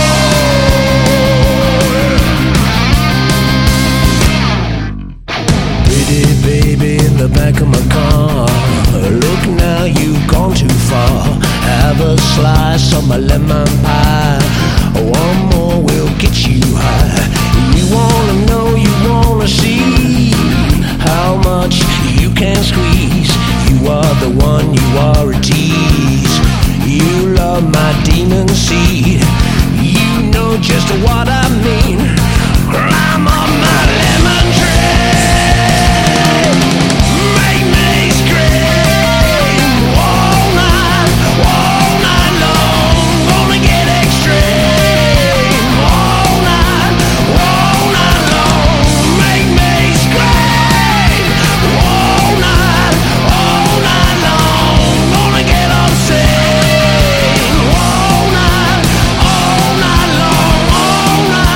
long. Pretty baby in the back of my car. Look now, you've gone too far. Have a slice of my lemon pie. One more will get you high. You wanna know, you wanna see how much you can squeeze. You are the one, you are a tease. You love my demon seed. You know just what I mean. Climb on my lemon tree. Make me scream. All night, all night long. Gonna get extreme. All night, all night long. Make me scream. All night, all night long. Gonna get upset. All night, all night long. All night.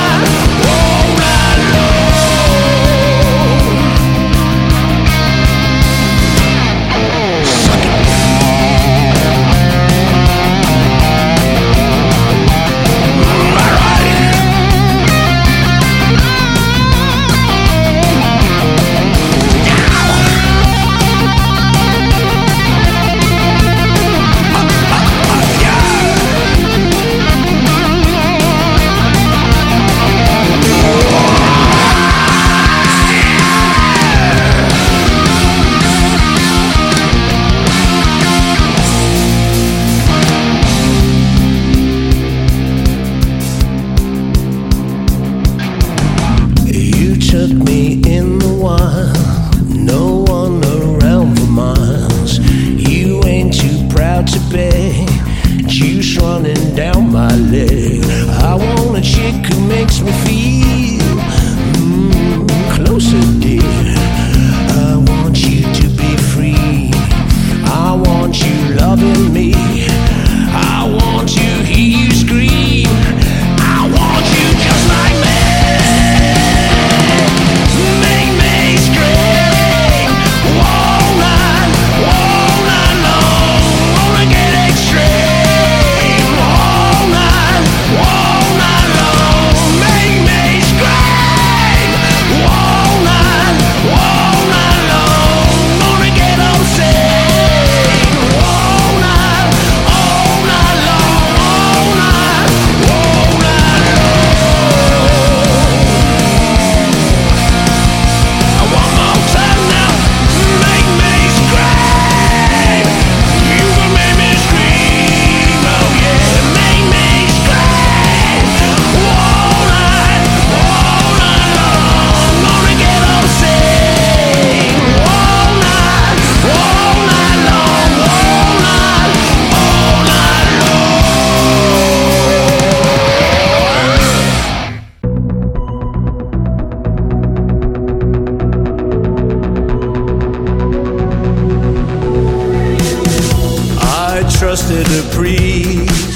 trusted a priest.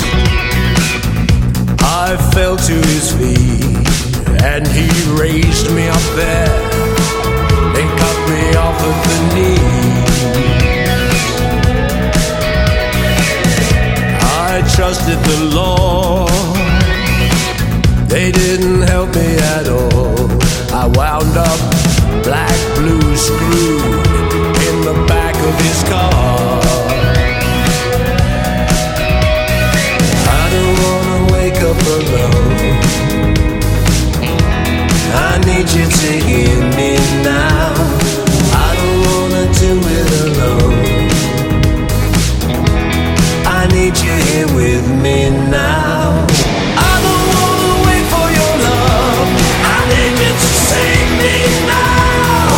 I fell to his feet and he raised me up there, then cut me off at the knees. I trusted the Lord, they didn't help me at all. I wound up black, blue, screwed in the back of his car. I don't wanna wake up alone, I need you to hear me now. I don't wanna do it alone, I need you here with me now. I don't wanna wait for your love, I need you to save me now.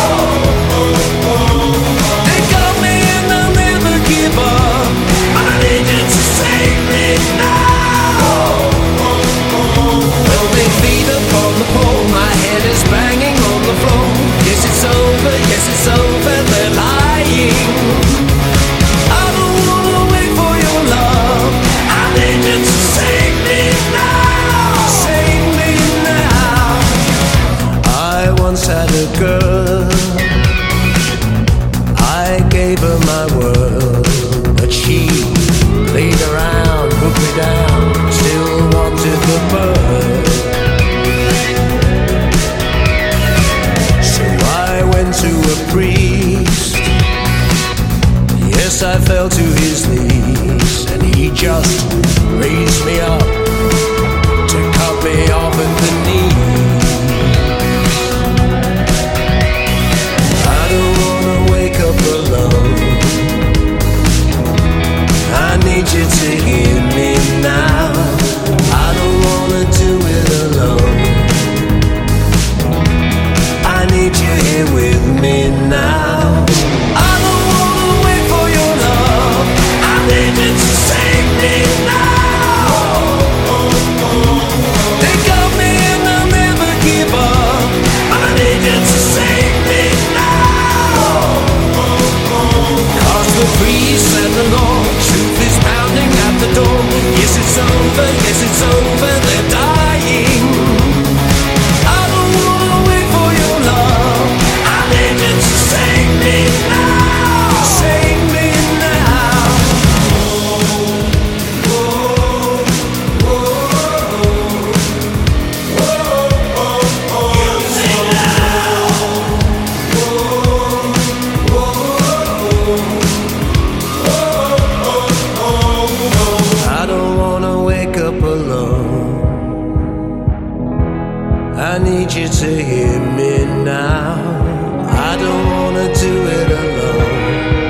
They got me and I'll never give up, I need you to save me now. Well, they feet up on the pole, my head is banging on the floor. Yes, it's over, yes, it's over, they're lying. I don't wanna wait for your love, I need you to save me now. Save me now. I once had a girl, I gave her my world, but she played around, put me down, still wanted the bird. So I went to a priest, yes, I fell to his knees, and he just raised me up to cut me off at the knees. I don't wanna wake up alone, I need you to hear me now. I don't wanna do it alone, I need you here with me now. I don't wanna wait for your love, I need you to save me now. They got me and I'll never give up, I need you to save me now. Cause the priest and the law, truth is pounding at the door. Yes, it's over, yes, it's over, they're dying. I don't wanna wait for your love, I need you to save me now. Save me now. Oh, oh, oh, oh, oh, oh, oh. Sing now. Oh, oh, I don't wanna wake up alone, I need you to hear me now. I don't wanna do it alone,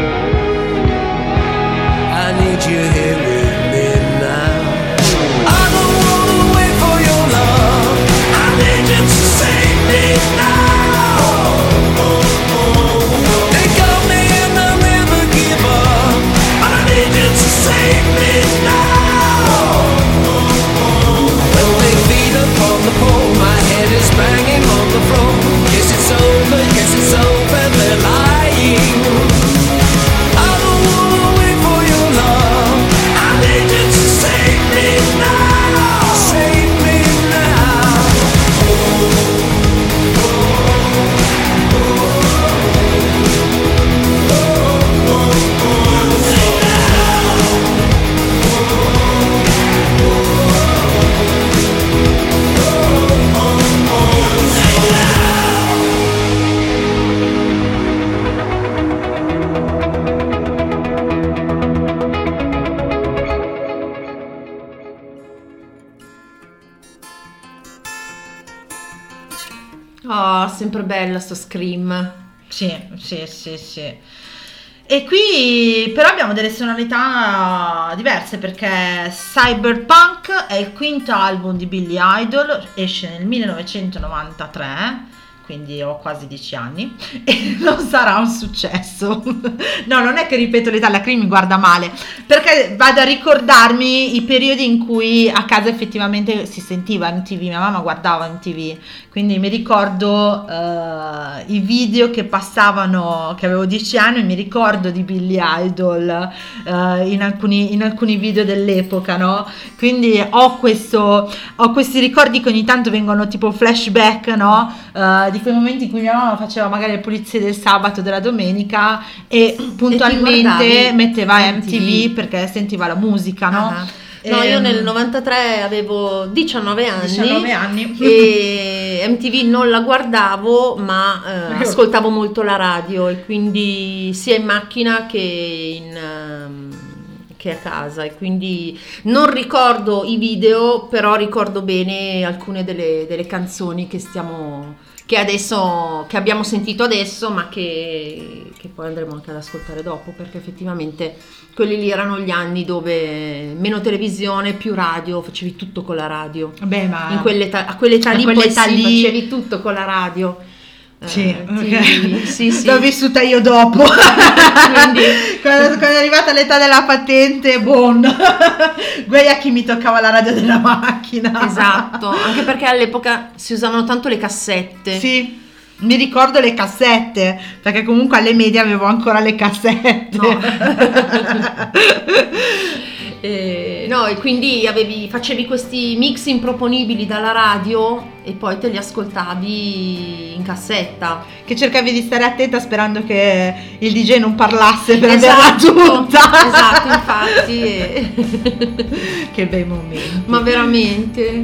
I need you here with me now. I don't wanna wait for your love, I need you to save me now. They got me and I'll never give up, I need you to save me now. Well, they feet up on the pole, my head is banging on the floor. Yes, it's over, yes, it's over, they're lying. I don't wanna wait for your love, I need you to save me now. Save me now. Oh, sempre bella sto Scream. Sì, sì, sì, sì. E qui però abbiamo delle sonorità diverse, perché Cyberpunk è il quinto album di Billy Idol, esce nel millenovecentonovantatré, quindi ho quasi dieci anni e non sarà un successo. No, non è che ripeto l'età, la Cri mi guarda male, perché vado a ricordarmi i periodi in cui a casa effettivamente si sentiva M T V, mia mamma guardava M T V, quindi mi ricordo uh, i video che passavano, che avevo dieci anni, mi ricordo di Billy Idol uh, in, alcuni, in alcuni video dell'epoca, no? Quindi ho questo, ho questi ricordi che ogni tanto vengono tipo flashback, no? Uh, di quei momenti in cui mia mamma faceva magari le pulizie del sabato, della domenica e puntualmente e metteva M T V perché sentiva la musica, no? Uh-huh. No, io nel novantatré avevo diciannove anni, diciannove anni. E M T V non la guardavo, ma eh, ascoltavo molto la radio, e quindi sia in macchina che in um, che a casa, e quindi non ricordo i video, però ricordo bene alcune delle, delle canzoni che stiamo che adesso che abbiamo sentito adesso, ma che, che poi andremo anche ad ascoltare dopo, perché effettivamente quelli lì erano gli anni dove meno televisione, più radio, facevi tutto con la radio. Beh, ma in quell'età, a quell'età lì poi sì, lì facevi tutto con la radio. Sì, eh, okay. sì, sì. L'ho vissuta io dopo. Quindi quando, quando è arrivata l'età della patente, buon guai a chi mi toccava la radio della macchina. Esatto, anche perché all'epoca si usavano tanto le cassette. Sì, mi ricordo le cassette, perché comunque alle medie avevo ancora le cassette. No. Eh, no, e quindi avevi, facevi questi mix improponibili dalla radio e poi te li ascoltavi in cassetta, che cercavi di stare attenta sperando che il D J non parlasse per esatto, averla tutta. Esatto, infatti. E... che bei momenti. Ma veramente.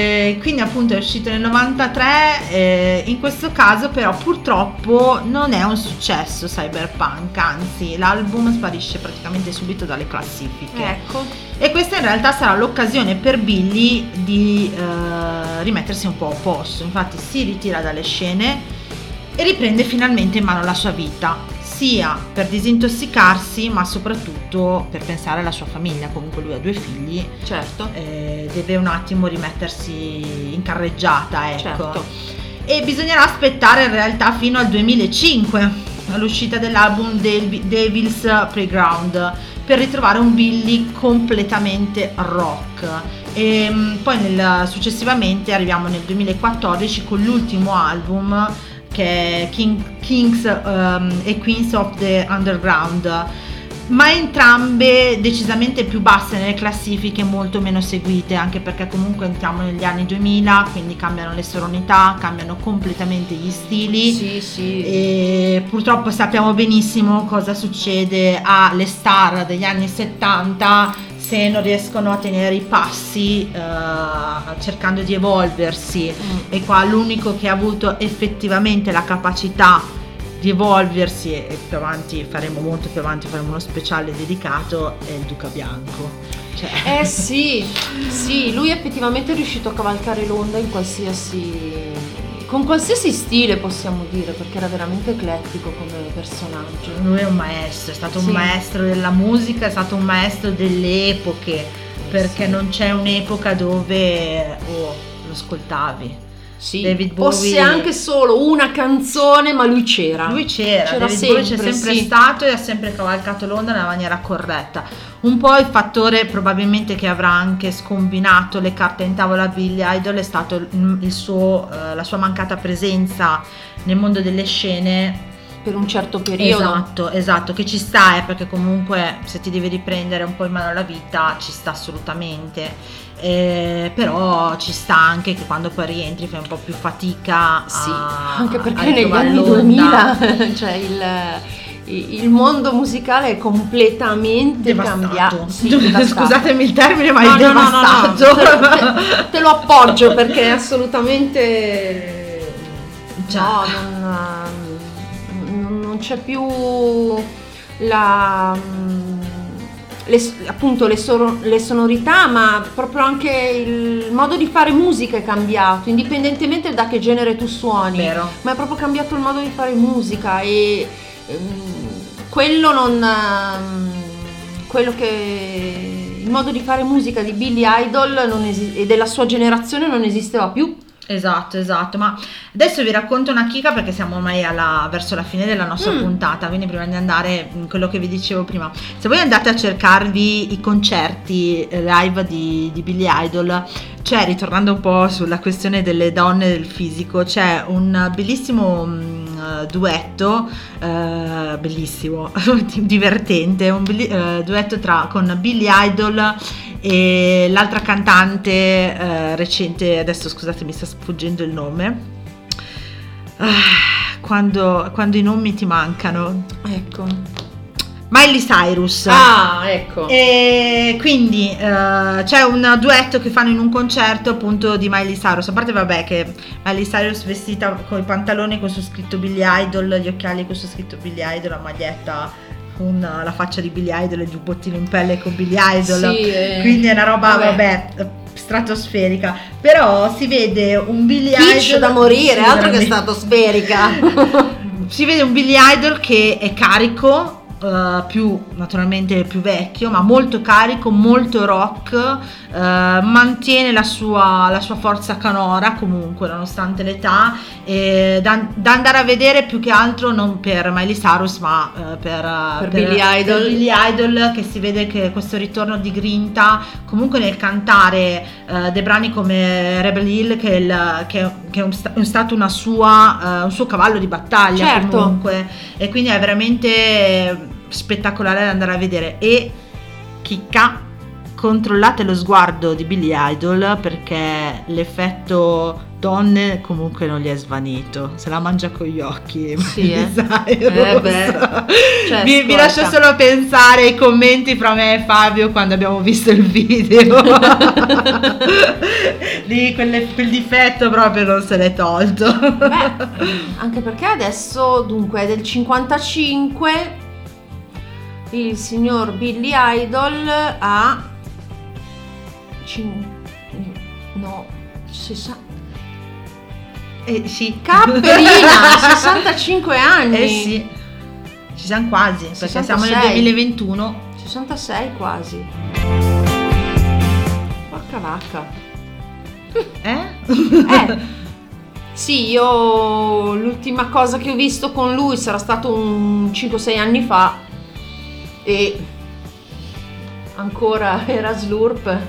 E quindi appunto è uscito nel novantatré, eh, in questo caso però purtroppo non è un successo Cyberpunk, anzi l'album sparisce praticamente subito dalle classifiche. Ecco. E questa in realtà sarà l'occasione per Billy di eh, rimettersi un po' a posto. Infatti si ritira dalle scene e riprende finalmente in mano la sua vita, sia per disintossicarsi ma soprattutto per pensare alla sua famiglia. Comunque lui ha due figli, certo, eh, deve un attimo rimettersi in carreggiata, ecco. Certo. E bisognerà aspettare in realtà fino al duemilacinque, all'uscita dell'album Devil's Playground, per ritrovare un Billy completamente rock. E poi nel, successivamente arriviamo nel duemilaquattordici con l'ultimo album, che è King, Kings um, e Queens of the Underground, ma entrambe decisamente più basse nelle classifiche, molto meno seguite, anche perché comunque entriamo negli anni duemila, quindi cambiano le sonorità, cambiano completamente gli stili. Sì, sì. E purtroppo sappiamo benissimo cosa succede alle star degli anni settanta se non riescono a tenere i passi, uh, cercando di evolversi. Mm. E qua l'unico che ha avuto effettivamente la capacità di evolversi, e più avanti faremo molto più avanti faremo uno speciale dedicato, è il Duca Bianco, cioè. Eh sì, sì, lui effettivamente è riuscito a cavalcare l'onda in qualsiasi, con qualsiasi stile, possiamo dire, perché era veramente eclettico come personaggio. Lui è un maestro, è stato sì. un maestro della musica, è stato un maestro delle epoche, perché sì. non c'è un'epoca dove oh, lo ascoltavi. Sì, David Bowie, fosse anche solo una canzone, ma lui c'era. Lui c'era, c'era David sempre, Bowie c'è sempre sì. stato e ha sempre cavalcato l'onda nella maniera corretta. Un po' il fattore probabilmente che avrà anche scombinato le carte in tavola a Billy Idol è stato il, il suo, uh, la sua mancata presenza nel mondo delle scene per un certo periodo. Esatto, esatto, che ci sta, eh, perché comunque se ti devi riprendere un po' in mano la vita ci sta assolutamente. Eh, però ci sta anche che quando poi rientri fai un po' più fatica a, sì, anche perché a negli anni duemila cioè il, il mondo musicale è completamente devastato. cambiato. Sì, scusatemi il termine, ma no, è no, devastato. no, no, no. Te, te lo appoggio perché è assolutamente cioè. no, non, non c'è più la Le, appunto le, sor- le sonorità, ma proprio anche il modo di fare musica è cambiato, indipendentemente da che genere tu suoni. Vero. Ma è proprio cambiato il modo di fare musica e ehm, quello non ehm, quello che il modo di fare musica di Billy Idol non esi- e della sua generazione non esisteva più. Esatto, esatto, ma adesso vi racconto una chicca perché siamo ormai alla, verso la fine della nostra mm. puntata, quindi prima di andare, quello che vi dicevo prima, se voi andate a cercarvi i concerti live di, di Billy Idol, c'è, ritornando un po' sulla questione delle donne e del fisico, c'è un bellissimo uh, duetto, uh, bellissimo, divertente, un belli- uh, duetto tra, con Billy Idol e l'altra cantante uh, recente, adesso scusate mi sta sfuggendo il nome, uh, quando, quando i nomi ti mancano, ecco, Miley Cyrus. Ah, ecco. E quindi uh, c'è un duetto che fanno in un concerto appunto di Miley Cyrus. A parte vabbè che Miley Cyrus vestita con i pantaloni con su scritto Billy Idol, gli occhiali con su scritto Billy Idol, la maglietta con la faccia di Billy Idol e il giubbottino in pelle con Billy Idol. Sì, eh. Quindi è una roba vabbè, vabbè stratosferica. Però si vede un Billy Kitsch Idol da morire, sì, altro che stratosferica. Si vede un Billy Idol che è carico, Uh, più naturalmente più vecchio, ma molto carico, molto rock, uh, mantiene la sua, la sua forza canora comunque nonostante l'età, e da, da andare a vedere più che altro non per Miley Cyrus ma uh, per, per, per, Billy Idol. per Billy Idol, che si vede che questo ritorno di grinta comunque nel cantare uh, dei brani come Rebel Hill, che è, il, che, che è, un, è stato una sua, uh, un suo cavallo di battaglia, certo, comunque, e quindi è veramente spettacolare da andare a vedere. E chicca, controllate lo sguardo di Billy Idol perché l'effetto donne comunque non gli è svanito, se la mangia con gli occhi. Sì, eh. Eh beh. Cioè, vi, vi lascio solo pensare ai commenti fra me e Fabio quando abbiamo visto il video. Lì quelle, quel difetto proprio non se l'è tolto. Beh, anche perché adesso dunque è del cinquantacinque, il signor Billy Idol ha cin- no sessanta eh, sì. Capperina, sessantacinque anni. Eh sì, ci siamo quasi, perché sessantasei. Siamo nel duemilaventuno. sessantasei quasi. Porca vacca. Eh? Eh. Sì, io l'ultima cosa che ho visto con lui sarà stato un cinque sei anni fa e ancora era Slurp.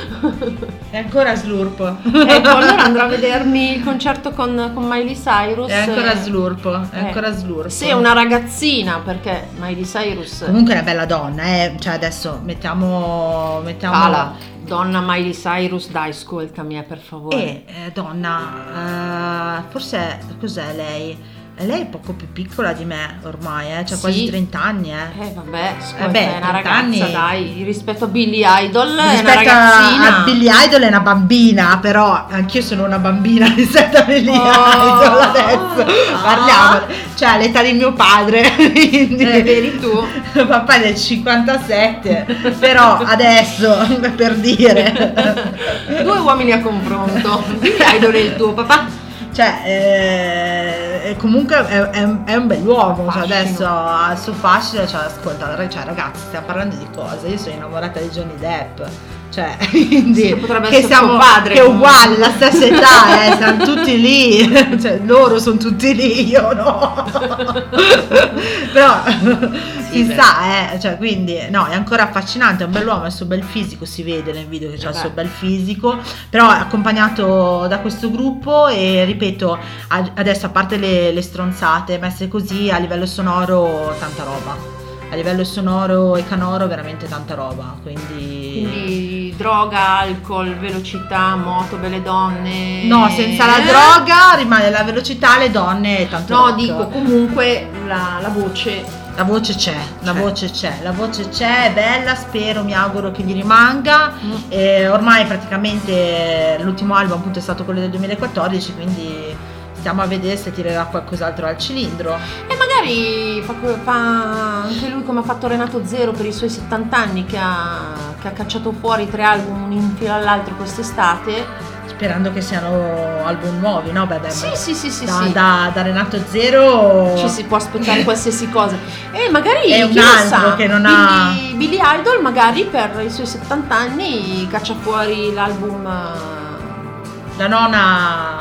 È ancora Slurp. Ecco, allora andrò a vedermi il concerto con, con Miley Cyrus. È ancora Slurp, è eh, ancora Slurp. Sì, è una ragazzina, perché Miley Cyrus comunque è una bella donna, eh? Cioè adesso mettiamo mettiamo Cala. Donna Miley Cyrus, dai, ascoltami, eh, per favore. Eh, eh donna, uh, forse cos'è lei? Lei è poco più piccola di me ormai, eh? Cioè sì, quasi trenta anni, eh. Eh vabbè, ascolta, eh beh, è una ragazza, anni... dai, rispetto a Billy Idol rispetto è una ragazzina. A Billy Idol è una bambina, però anch'io sono una bambina rispetto a Billy oh, Idol adesso. Oh, parliamo, cioè all'età di mio padre. Quindi... Eh, vedi tu. Papà è del cinquantasette, però adesso, per dire. Due uomini a confronto, Billy Idol e il tuo papà. Cioè eh, comunque è, è, è un bell'uomo, cioè adesso ha il suo fascino, cioè ascolta, cioè ragazzi, stiamo parlando di cose, io sono innamorata di Johnny Depp, cioè quindi sì, potrebbe che essere siamo suo padre, che è uguale, la stessa età, eh, siamo tutti lì, cioè loro sono tutti lì, io no. Però si sa, eh, cioè quindi no, è ancora affascinante, è un bell'uomo, il suo bel fisico si vede nel video che c'ha il suo bel fisico, però è accompagnato da questo gruppo e ripeto, adesso a parte le, le stronzate messe così, a livello sonoro tanta roba. A livello sonoro e canoro veramente tanta roba, quindi... quindi droga, alcol, velocità, moto, belle donne. No, senza la droga rimane la velocità, le donne e tanto no rock. Dico comunque la, la voce la voce c'è, la c'è. voce c'è, la voce c'è, è bella, spero, mi auguro che gli rimanga. Mm. E ormai praticamente l'ultimo album appunto è stato quello del duemilaquattordici, quindi stiamo a vedere se tirerà qualcos'altro al cilindro. E magari fa, fa anche lui come ha fatto Renato Zero per i suoi settanta anni, che ha, che ha cacciato fuori tre album un in filo all'altro quest'estate. Sperando che siano album nuovi, no? Beh, beh, sì, beh. sì, sì, sì, da, sì. Da, da Renato Zero ci si può aspettare qualsiasi cosa. E magari è un chi altro lo sa, che non Billy, ha Billy Idol magari per i suoi settanta anni caccia fuori l'album la nona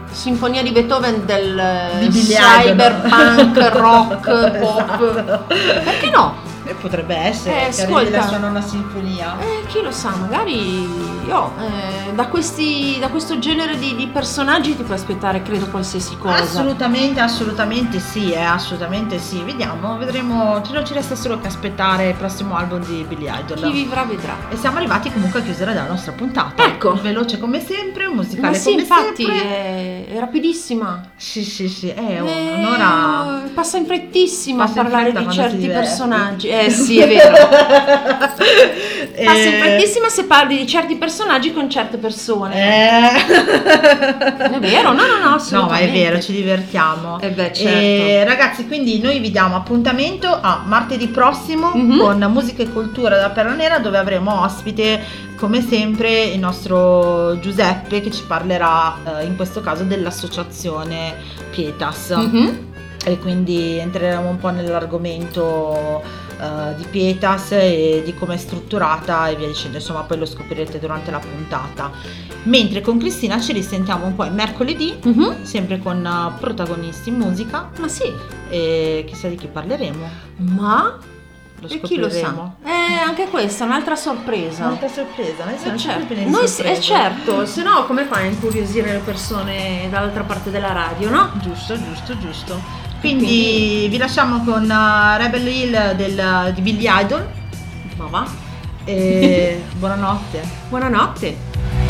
sinfonia di Beethoven del Di Billy cyberpunk, Idol. rock, Esatto. pop. Perché no? Eh, potrebbe essere Eh, che arrivi la ascolta. suona una sinfonia. Eh, chi lo sa, magari io eh, da questi da questo genere di, di personaggi ti puoi aspettare credo qualsiasi cosa. Assolutamente, assolutamente sì, eh, assolutamente sì. Vediamo, vedremo, ce lo ci resta solo che aspettare il prossimo album di Billy Idol. Chi vivrà vedrà. E siamo arrivati comunque a chiusura della nostra puntata. Ecco. Veloce come sempre, Ma musicale sì, come infatti sempre. è, è rapidissima. Sì, sì, sì, è Eh, un'ora. passa in frettissima Passa a in parlare fretta di quando ti certi diverti. personaggi. Eh sì, è vero. Passa in Eh, frettissima se parli di certi personaggi con certe persone. eh. È vero, no, no, no, No, ma assolutamente. è vero, ci divertiamo. Eh beh, certo. E, ragazzi, quindi noi vi diamo appuntamento a martedì prossimo Mhm. con Musica e Cultura della Perla Nera, dove avremo ospite, come sempre, il nostro Giuseppe, che ci parlerà eh, in questo caso dell'associazione Pietas. Mhm. E quindi entreremo un po' nell'argomento eh, di Pietas e di come è strutturata e via dicendo, insomma poi lo scoprirete durante la puntata. Mentre con Cristina ci risentiamo poi mercoledì, Mhm. sempre con eh, protagonisti in musica, Ma sì, e chissà di chi parleremo, ma lo e chi lo sa? scopriremo. Eh, anche questa è un'altra sorpresa. Un'altra sorpresa, noi siamo Eh, sempre certo. pieni di Noi, eh, sorprese. certo, se no come fai a incuriosire le persone dall'altra parte della radio, no? Giusto, giusto, giusto. Quindi vi lasciamo con uh, Rebel Hill del, di Billy Idol Ma va. e buonanotte. Buonanotte.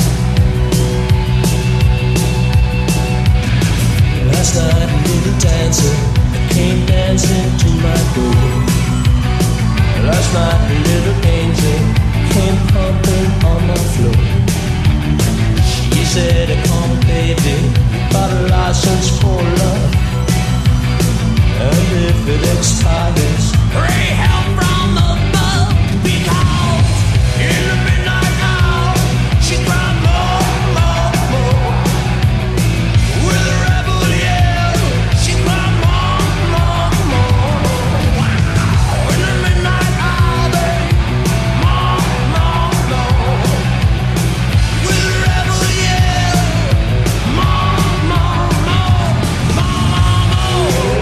Last night a little dancer came dancing to my door. Last night a little angel came pumping on my floor. She said, come baby, got a license for love. And if it expires, pray help from above. Because in the midnight hour, she cried more, more, more. With a rebel yell, she cried more, more, more. Wow. In the midnight hour, babe, more, more, more. With a rebel yell, more, more, more, more, more.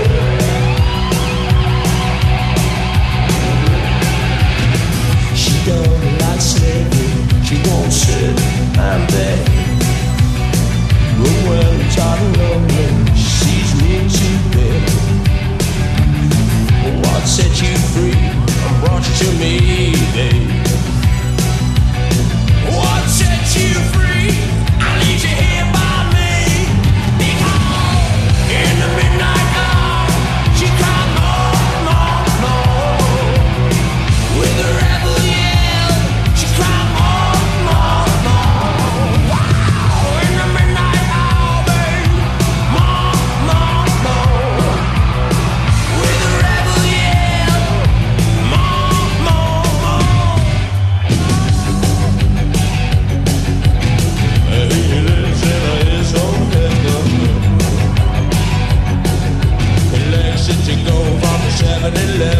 She don't like slavery, she won't sit and beg. But when I'm tired and lonely, she sees me to bed. What set you free and brought you to me, babe? What set you free? I need you here by me. Because in the midnight hour, she cried more, more, more. With a rebel yell, she cried more, more, more. Wow, in the midnight hour, babe, more, more, more. With a rebel yell, more, more, more. He lives in his own heaven. He likes it to go from seven eleven.